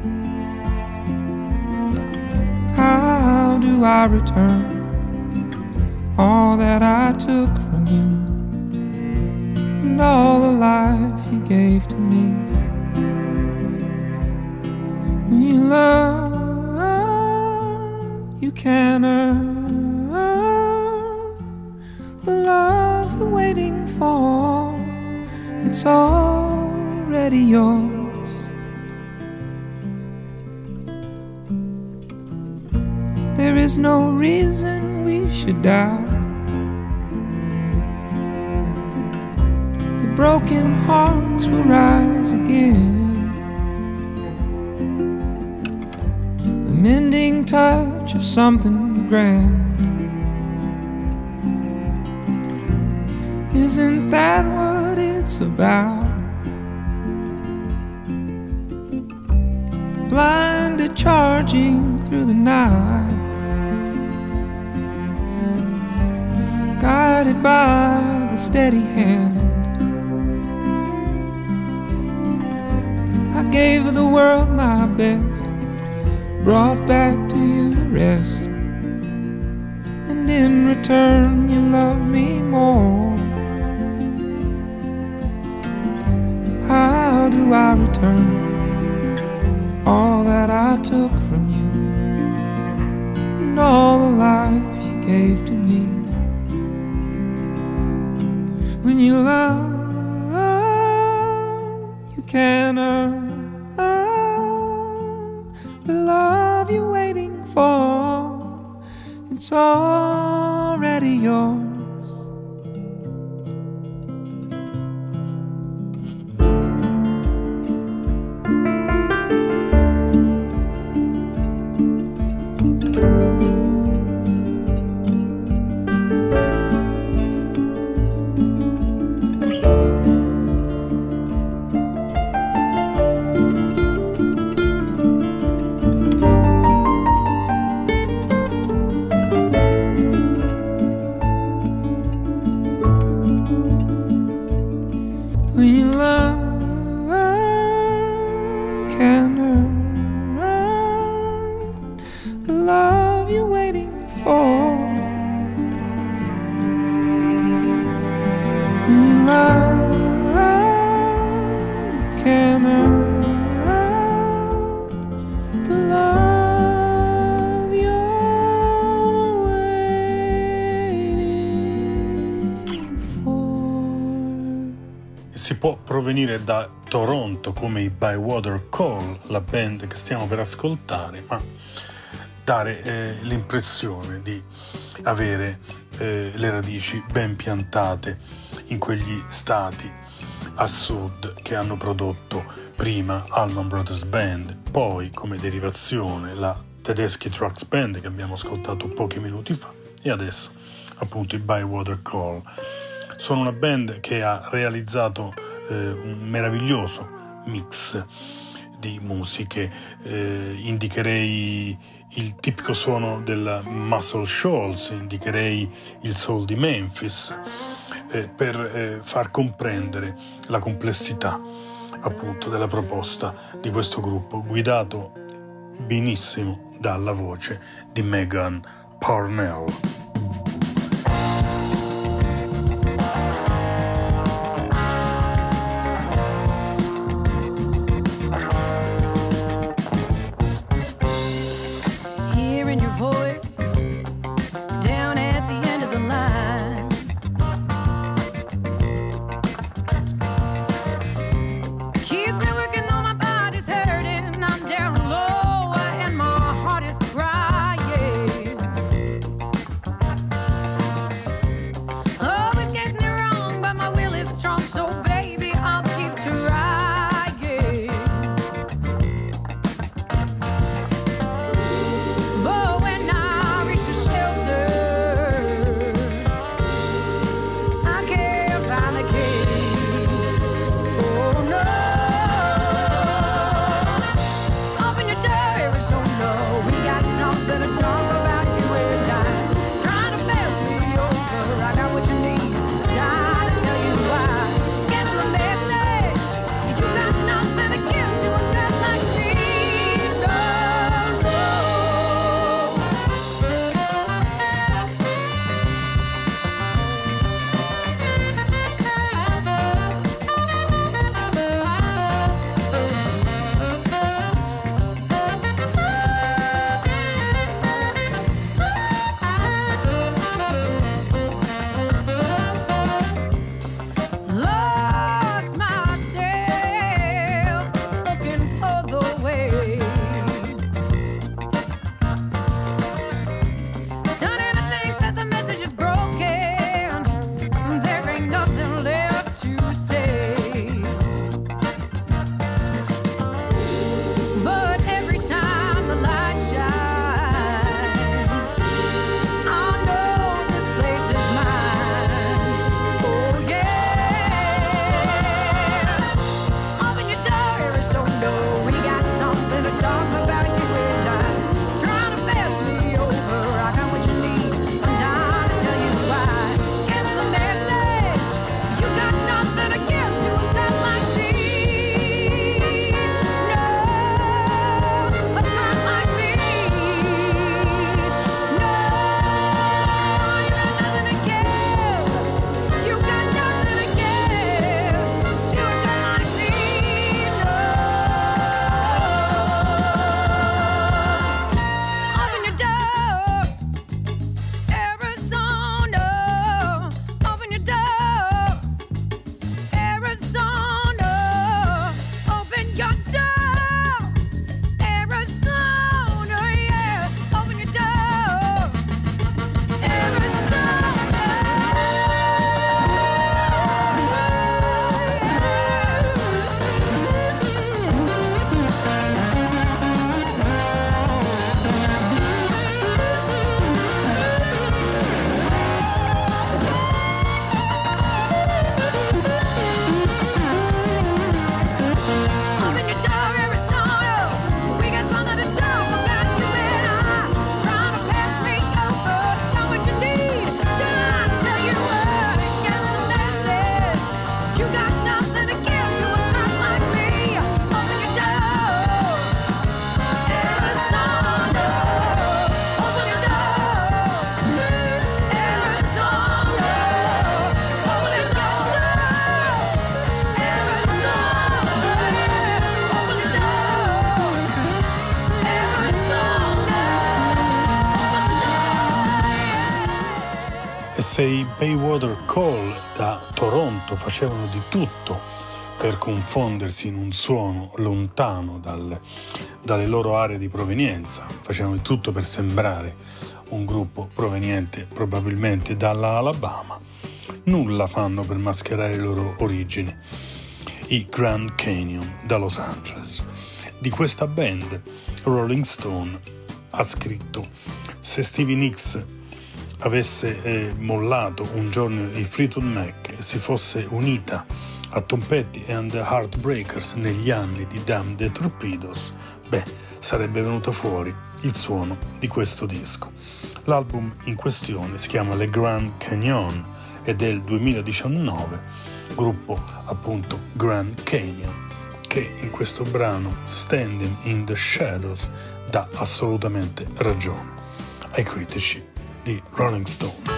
How do I return all that I took from you and all the life you gave to me? When you love, you can earn the love you're waiting for. It's already yours. There is no reason we should doubt. The broken hearts will rise again. The mending touch of something grand. Isn't that what it's about? The blinded charging through the night, guided by the steady hand. I gave the world my best, brought back to you the rest, and in return you love me more. How do I return all that I took from you and all the life you gave to me? When you love, you can earn the love you're waiting for. It's already yours. Provenire da Toronto come i Bywater Call, la band che stiamo per ascoltare, ma dare l'impressione di avere le radici ben piantate in quegli stati a sud che hanno prodotto prima Allman Brothers Band, poi come derivazione la Tedeschi Trucks Band che abbiamo ascoltato pochi minuti fa, e adesso appunto i Bywater Call. Sono una band che ha realizzato un meraviglioso mix di musiche. Indicherei il tipico suono della Muscle Shoals, indicherei il soul di Memphis, per far comprendere la complessità appunto della proposta di questo gruppo, guidato benissimo dalla voce di Megan Parnell. Se i Bywater Call da Toronto facevano di tutto per confondersi in un suono lontano dalle loro aree di provenienza, facevano di tutto per sembrare un gruppo proveniente probabilmente dalla Alabama, nulla fanno per mascherare le loro origini, i Grand Canyon da Los Angeles. Di questa band Rolling Stone ha scritto: se Stevie Nicks avesse mollato un giorno i Fleetwood Mac e si fosse unita a Tom Petty and the Heartbreakers negli anni di Damn the Torpedoes, sarebbe venuto fuori il suono di questo disco. L'album in questione si chiama Le Grand Canyon ed è del 2019, gruppo appunto Grand Canyon, che in questo brano Standing in the Shadows dà assolutamente ragione ai critici di Rolling Stone.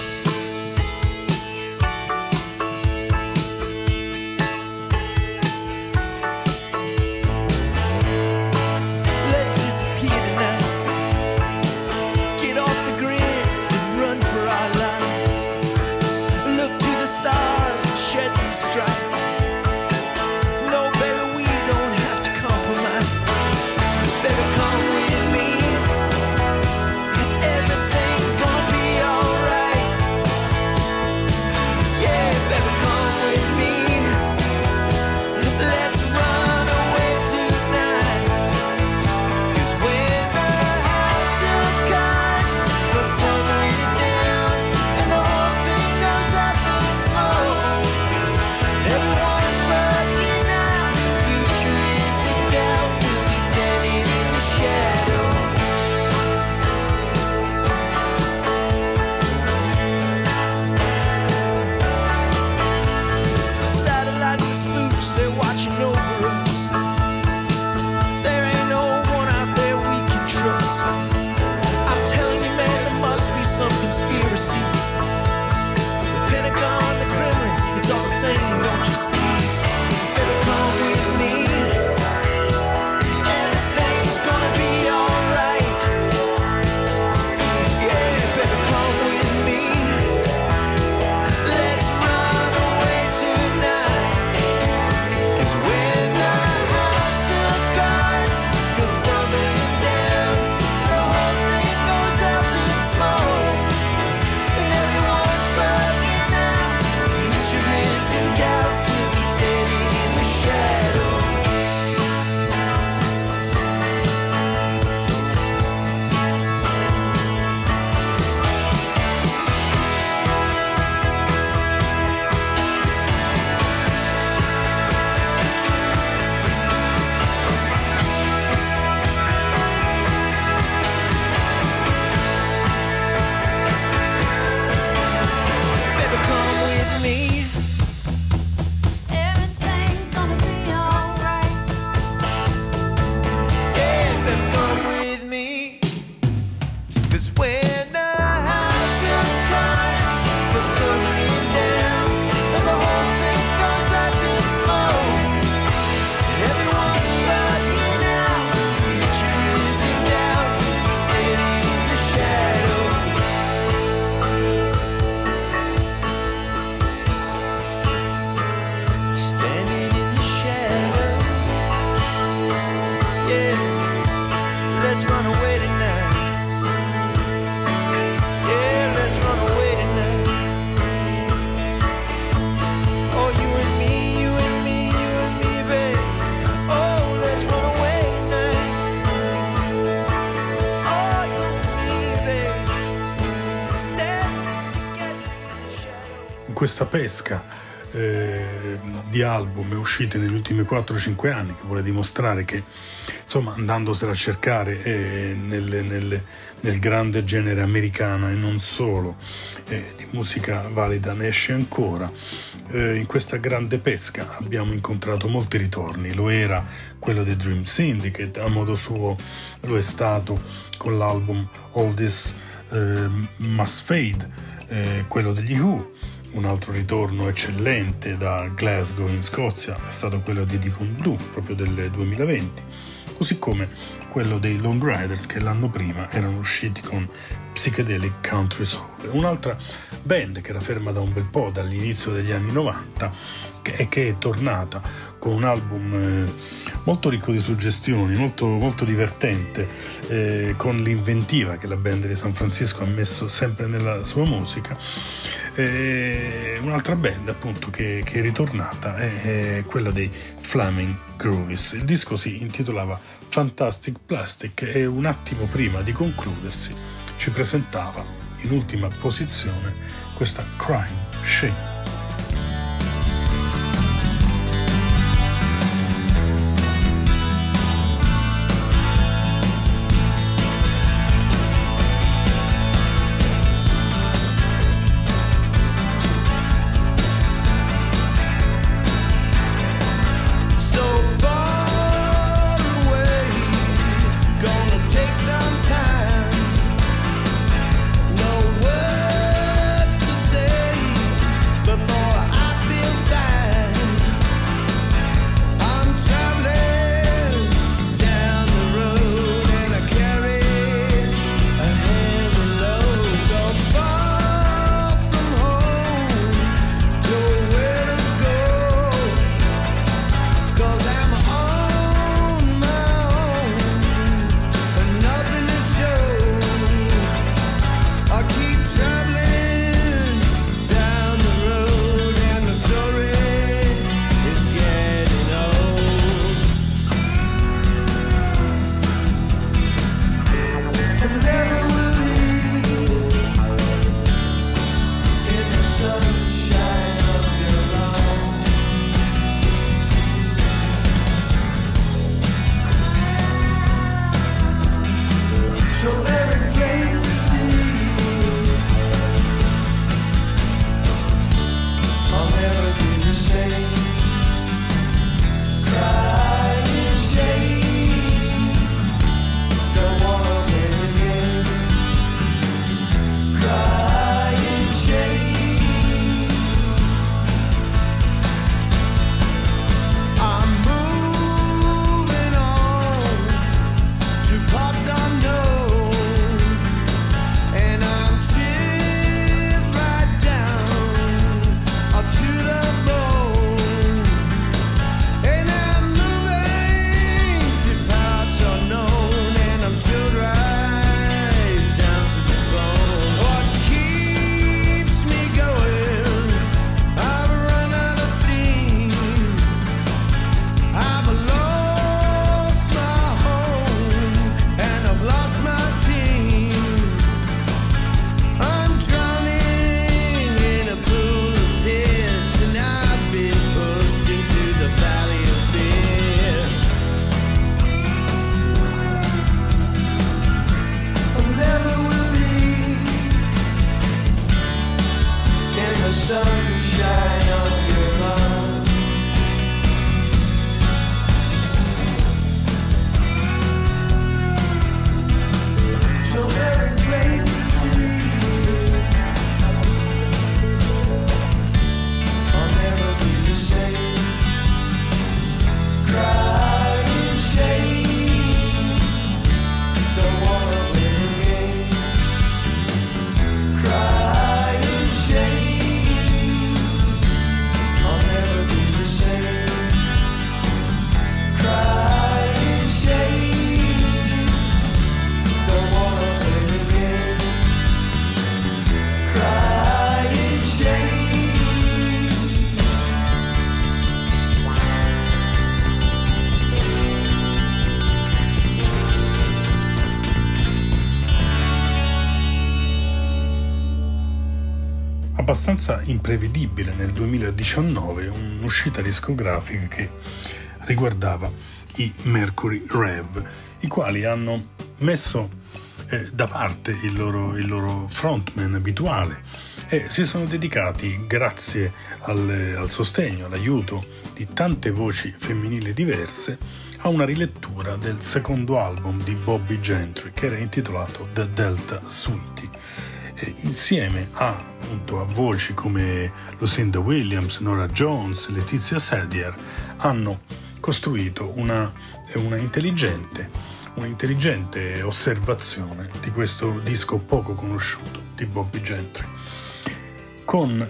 Questa pesca di album uscite negli ultimi 4-5 anni, che vuole dimostrare che, insomma, andandosela a cercare nel grande genere americano e non solo, di musica valida ne esce ancora. In questa grande pesca abbiamo incontrato molti ritorni. Lo era quello dei Dream Syndicate, a modo suo lo è stato con l'album All This Must Fade, quello degli Who. Un altro ritorno eccellente da Glasgow in Scozia è stato quello di Deacon Blue, proprio del 2020, così come quello dei Lone Riders, che l'anno prima erano usciti con Psychedelic Country Soul. Un'altra band che era ferma da un bel po', dall'inizio degli anni 90, che è tornata con un album molto ricco di suggestioni, molto divertente, con l'inventiva che la band di San Francisco ha messo sempre nella sua musica. Un'altra band appunto che è ritornata è quella dei Flaming Groovies. Il disco si intitolava Fantastic Plastic e un attimo prima di concludersi ci presentava in ultima posizione questa Crying Shame. Abbastanza imprevedibile nel 2019 un'uscita discografica che riguardava i Mercury Rev, i quali hanno messo da parte il loro frontman abituale e si sono dedicati, grazie al sostegno, all'aiuto di tante voci femminili diverse, a una rilettura del secondo album di Bobby Gentry, che era intitolato The Delta Suite. Insieme a voci come Lucinda Williams, Nora Jones, Letizia Sedier, hanno costruito una intelligente osservazione di questo disco poco conosciuto di Bobby Gentry. Con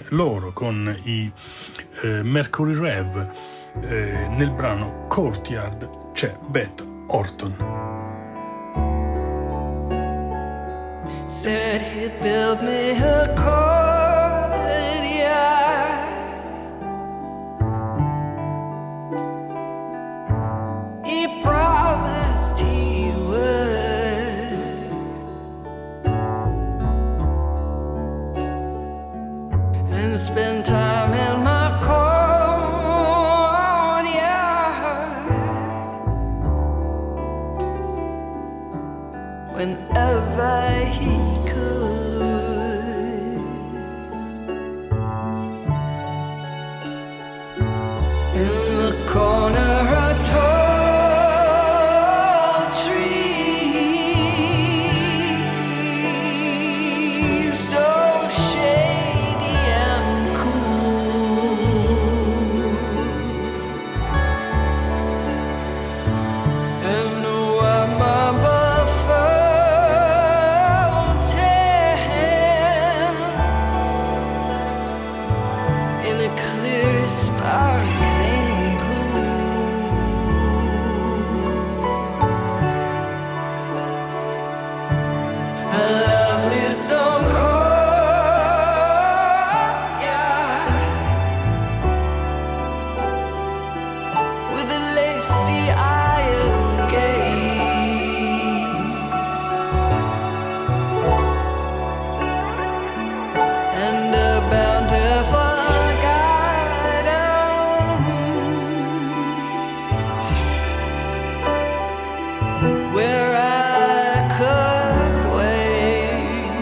i Mercury Rev, nel brano Courtyard c'è Beth Orton. Said he'd build me a courtyard. He promised he would. spend time in my courtyard whenever he could. In the corner a tall tree, so shady and cool, and while my fountain in a clear sparkling pool, a lovely stone courtyard with a lacy iron gate and a bountiful garden where I could wait.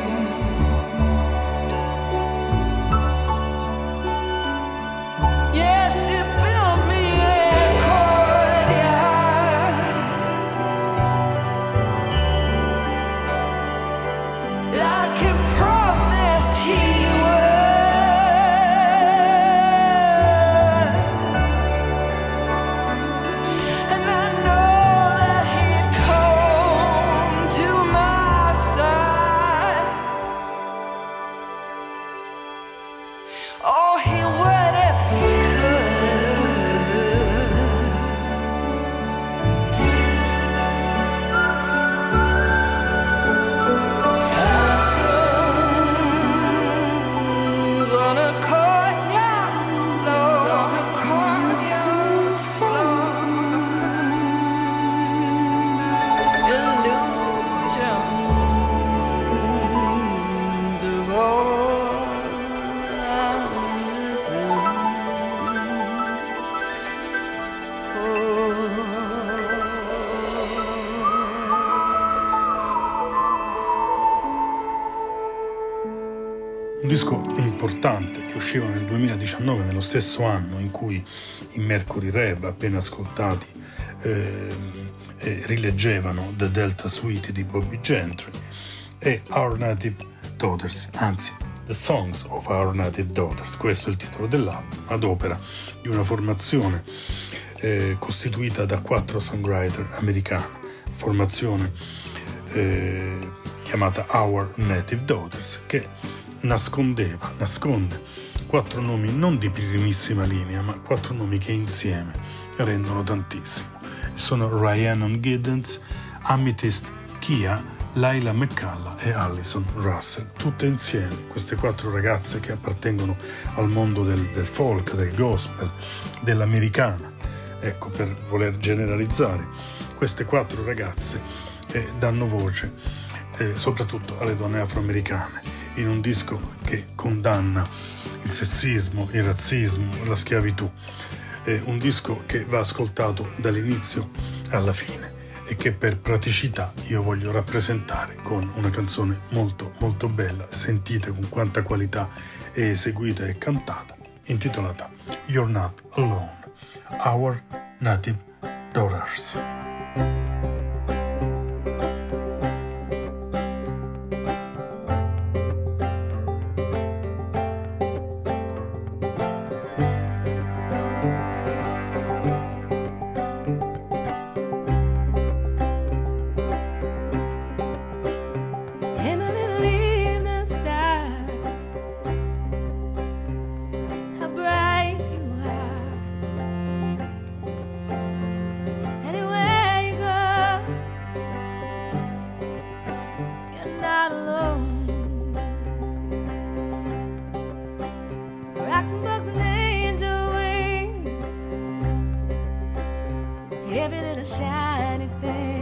Yes, he built me a courtyard like he promised he would, and I know that he'd come to my side. Oh, he would if he Patterns on a courtyard floor, illusions of all I'm Un disco importante che usciva nel 2019, nello stesso anno in cui i Mercury Rev, appena ascoltati, rileggevano The Delta Suite di Bobby Gentry, e Our Native Daughters, anzi The Songs of Our Native Daughters, questo è il titolo dell'album, ad opera di una formazione costituita da 4 songwriter americani, formazione chiamata Our Native Daughters, che nasconde 4 nomi non di primissima linea, ma 4 nomi che insieme rendono tantissimo. Sono Rhiannon Giddens, Amethyst Kia, Laila McCalla e Allison Russell, tutte insieme, queste 4 ragazze che appartengono al mondo del folk, del gospel, dell'americana. Ecco, per voler generalizzare, queste 4 ragazze danno voce soprattutto alle donne afroamericane, in un disco che condanna il sessismo, il razzismo, la schiavitù. È un disco che va ascoltato dall'inizio alla fine e che per praticità io voglio rappresentare con una canzone molto molto bella, sentite con quanta qualità è eseguita e cantata, intitolata You're Not Alone, Our Native Daughters. In a little evening star, how bright you are. Anywhere you go, you're not alone. Rocks and bugs and angel wings, every little shiny thing.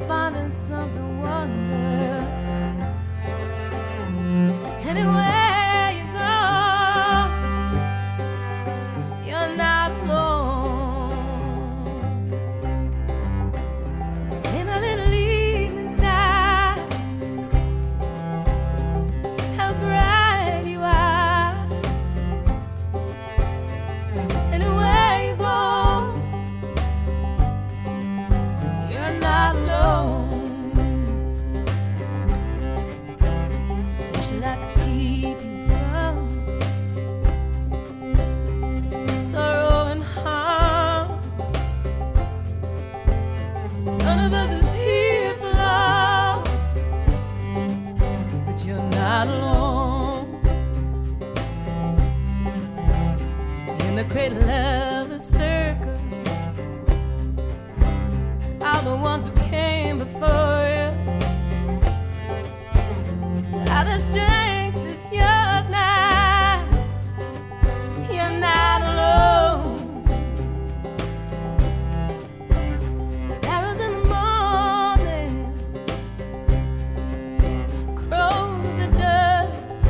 just finding something wondrous. Anywhere you go, you're not alone. In a little evening sky, how bright you are. Anywhere you go, you're not alone. Wish that I could keep you from sorrow and harm. None of us is here for long, but you're not alone. In the cradle of the circle are the ones who came before you. All the strength is yours now. You're not alone. Sparrows in the morning, crows at dusk,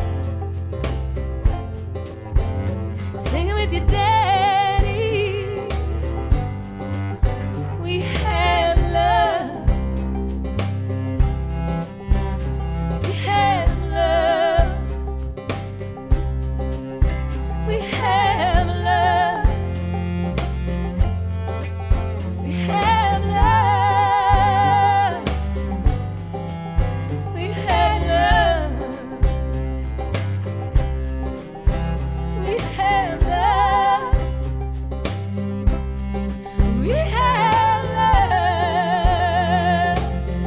singing with your daddy. We had love. We had love. We have love. We have love. We have love. We have love. We have love.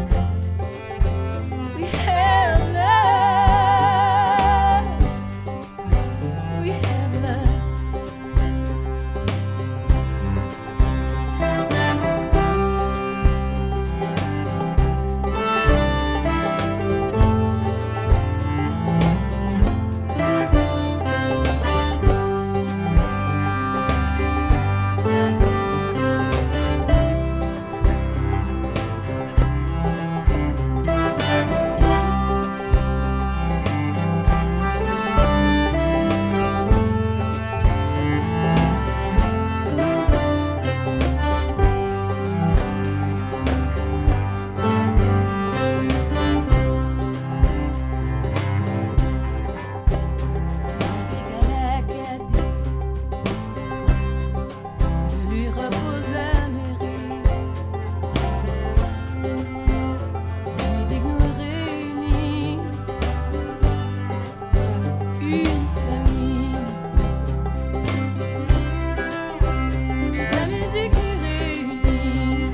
We have love. We have love. L'Afrique à la Cadie, de l'Europe aux Amériques, la musique nous réunit, une famille. La musique nous réunit,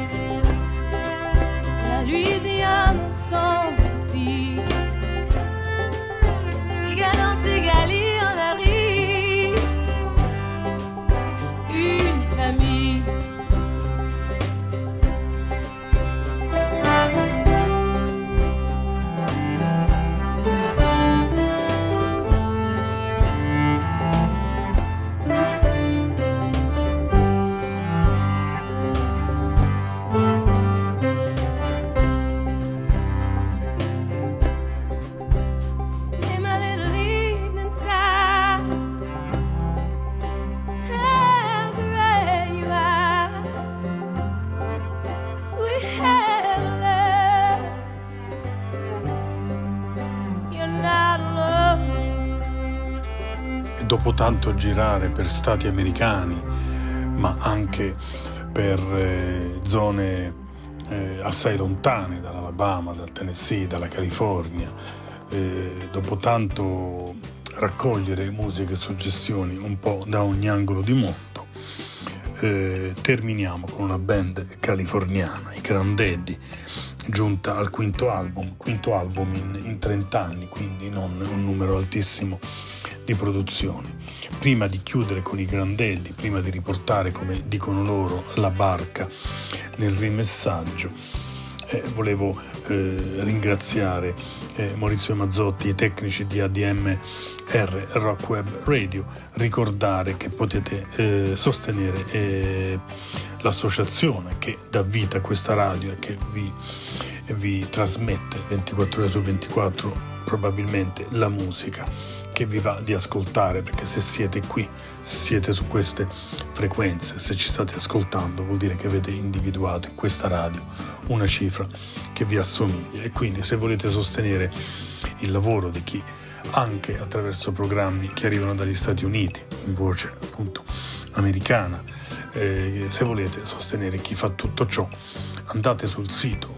la Louisiane sans souci. Tigalan, Tigali, on arrive, une famille. In my little evening sky, how bright you are. We have love. You're not alone. E dopo tanto girare per stati americani, ma anche per zone assai lontane dall'Alabama, dal Tennessee, dalla California, dopo tanto raccogliere musiche e suggestioni un po' da ogni angolo di mondo, terminiamo con una band californiana, i Grandaddy, giunta al quinto album in 30 anni, quindi non un numero altissimo di produzioni. Prima di chiudere con i Grandaddy, prima di riportare, come dicono loro, la barca nel rimessaggio, volevo ringraziare Maurizio Mazzotti, i tecnici di ADMR Rock Web Radio, ricordare che potete sostenere l'associazione che dà vita a questa radio e che vi trasmette 24 ore su 24 probabilmente la musica che vi va di ascoltare, perché se siete qui, se siete su queste frequenze, se ci state ascoltando, vuol dire che avete individuato in questa radio una cifra che vi assomiglia. E quindi se volete sostenere il lavoro di chi, anche attraverso programmi che arrivano dagli Stati Uniti in voce appunto americana, se volete sostenere chi fa tutto ciò, andate sul sito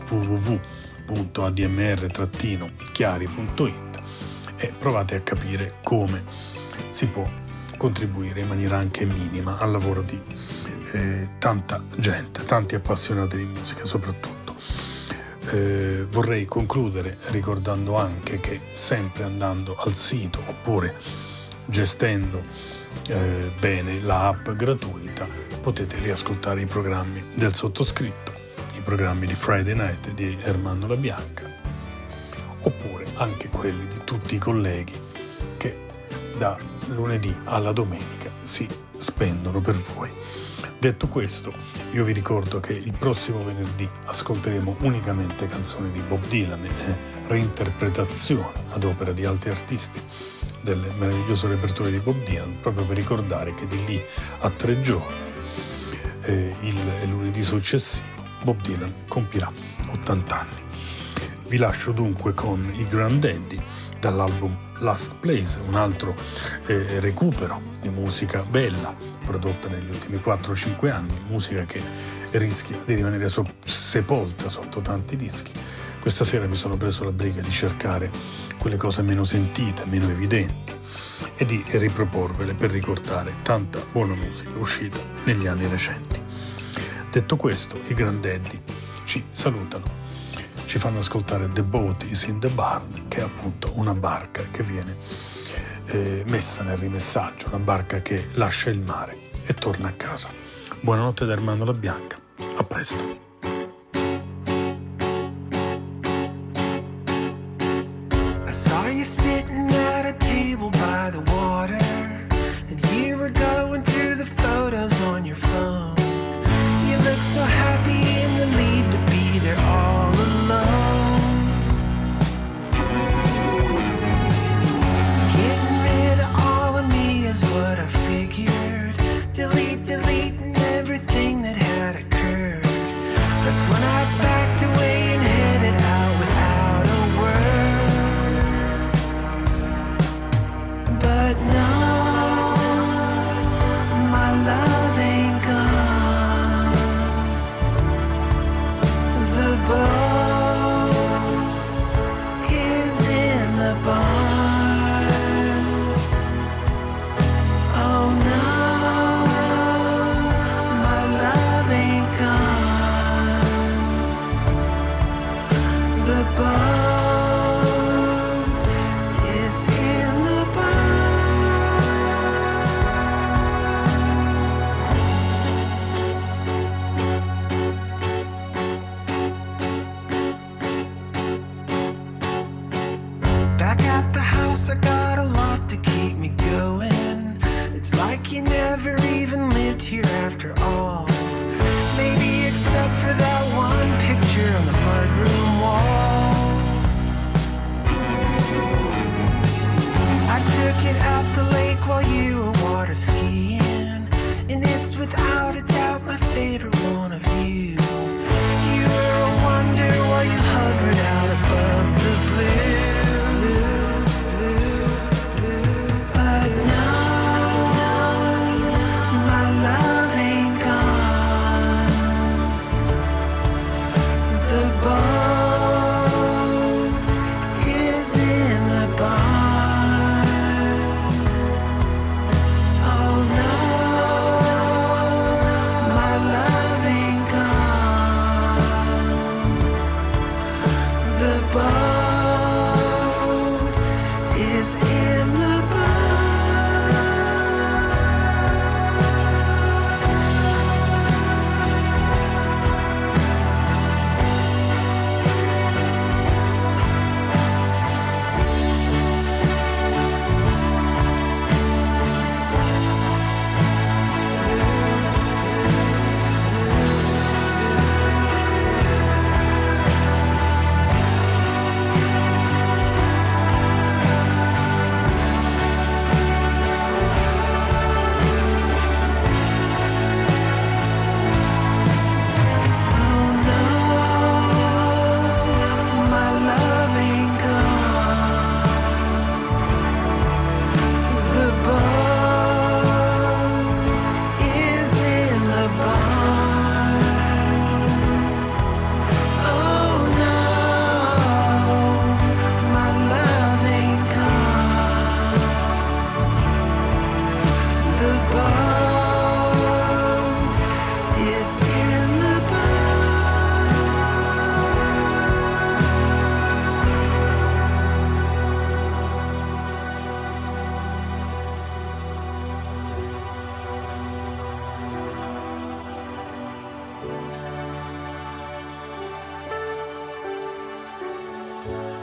www.admr-chiari.it e provate a capire come si può contribuire in maniera anche minima al lavoro di tanta gente, tanti appassionati di musica soprattutto. Vorrei concludere ricordando anche che sempre andando al sito oppure gestendo bene la app gratuita potete riascoltare i programmi del sottoscritto, i programmi di Friday Night di Ermanno La Bianca, oppure anche quelli di tutti i colleghi che da lunedì alla domenica si spendono per voi. Detto questo, io vi ricordo che il prossimo venerdì ascolteremo unicamente canzoni di Bob Dylan, reinterpretazioni ad opera di altri artisti del meraviglioso repertorio di Bob Dylan, proprio per ricordare che di lì a 3 giorni, il lunedì successivo, Bob Dylan compirà 80 anni. Vi lascio dunque con i Granddaddy dall'album Last Place, un altro recupero di musica bella prodotta negli ultimi 4-5 anni, musica che rischia di rimanere sepolta sotto tanti dischi. Questa sera mi sono preso la briga di cercare quelle cose meno sentite, meno evidenti e di riproporvele per ricordare tanta buona musica uscita negli anni recenti. Detto questo, i Granddaddy ci salutano. Ci fanno ascoltare The Boat is in the Barn, che è appunto una barca che viene messa nel rimessaggio, una barca che lascia il mare e torna a casa. Buonanotte da Ermanno La Bianca, a presto. I saw you sitting at a table by the water, and you were going through the photos on your phone. You look so happy and relieved to be there all alone. Getting rid of all of me is what I figured. Deleting everything that had occurred. That's when I backed away and headed out without a word. But no, my love ain't gone. The boat is in the barn. Oh no, my love ain't gone. The boat is in the Back at the house, I got a lot to keep me going. It's like you never even lived here after all. Maybe except for that one picture on the mudroom wall. Thank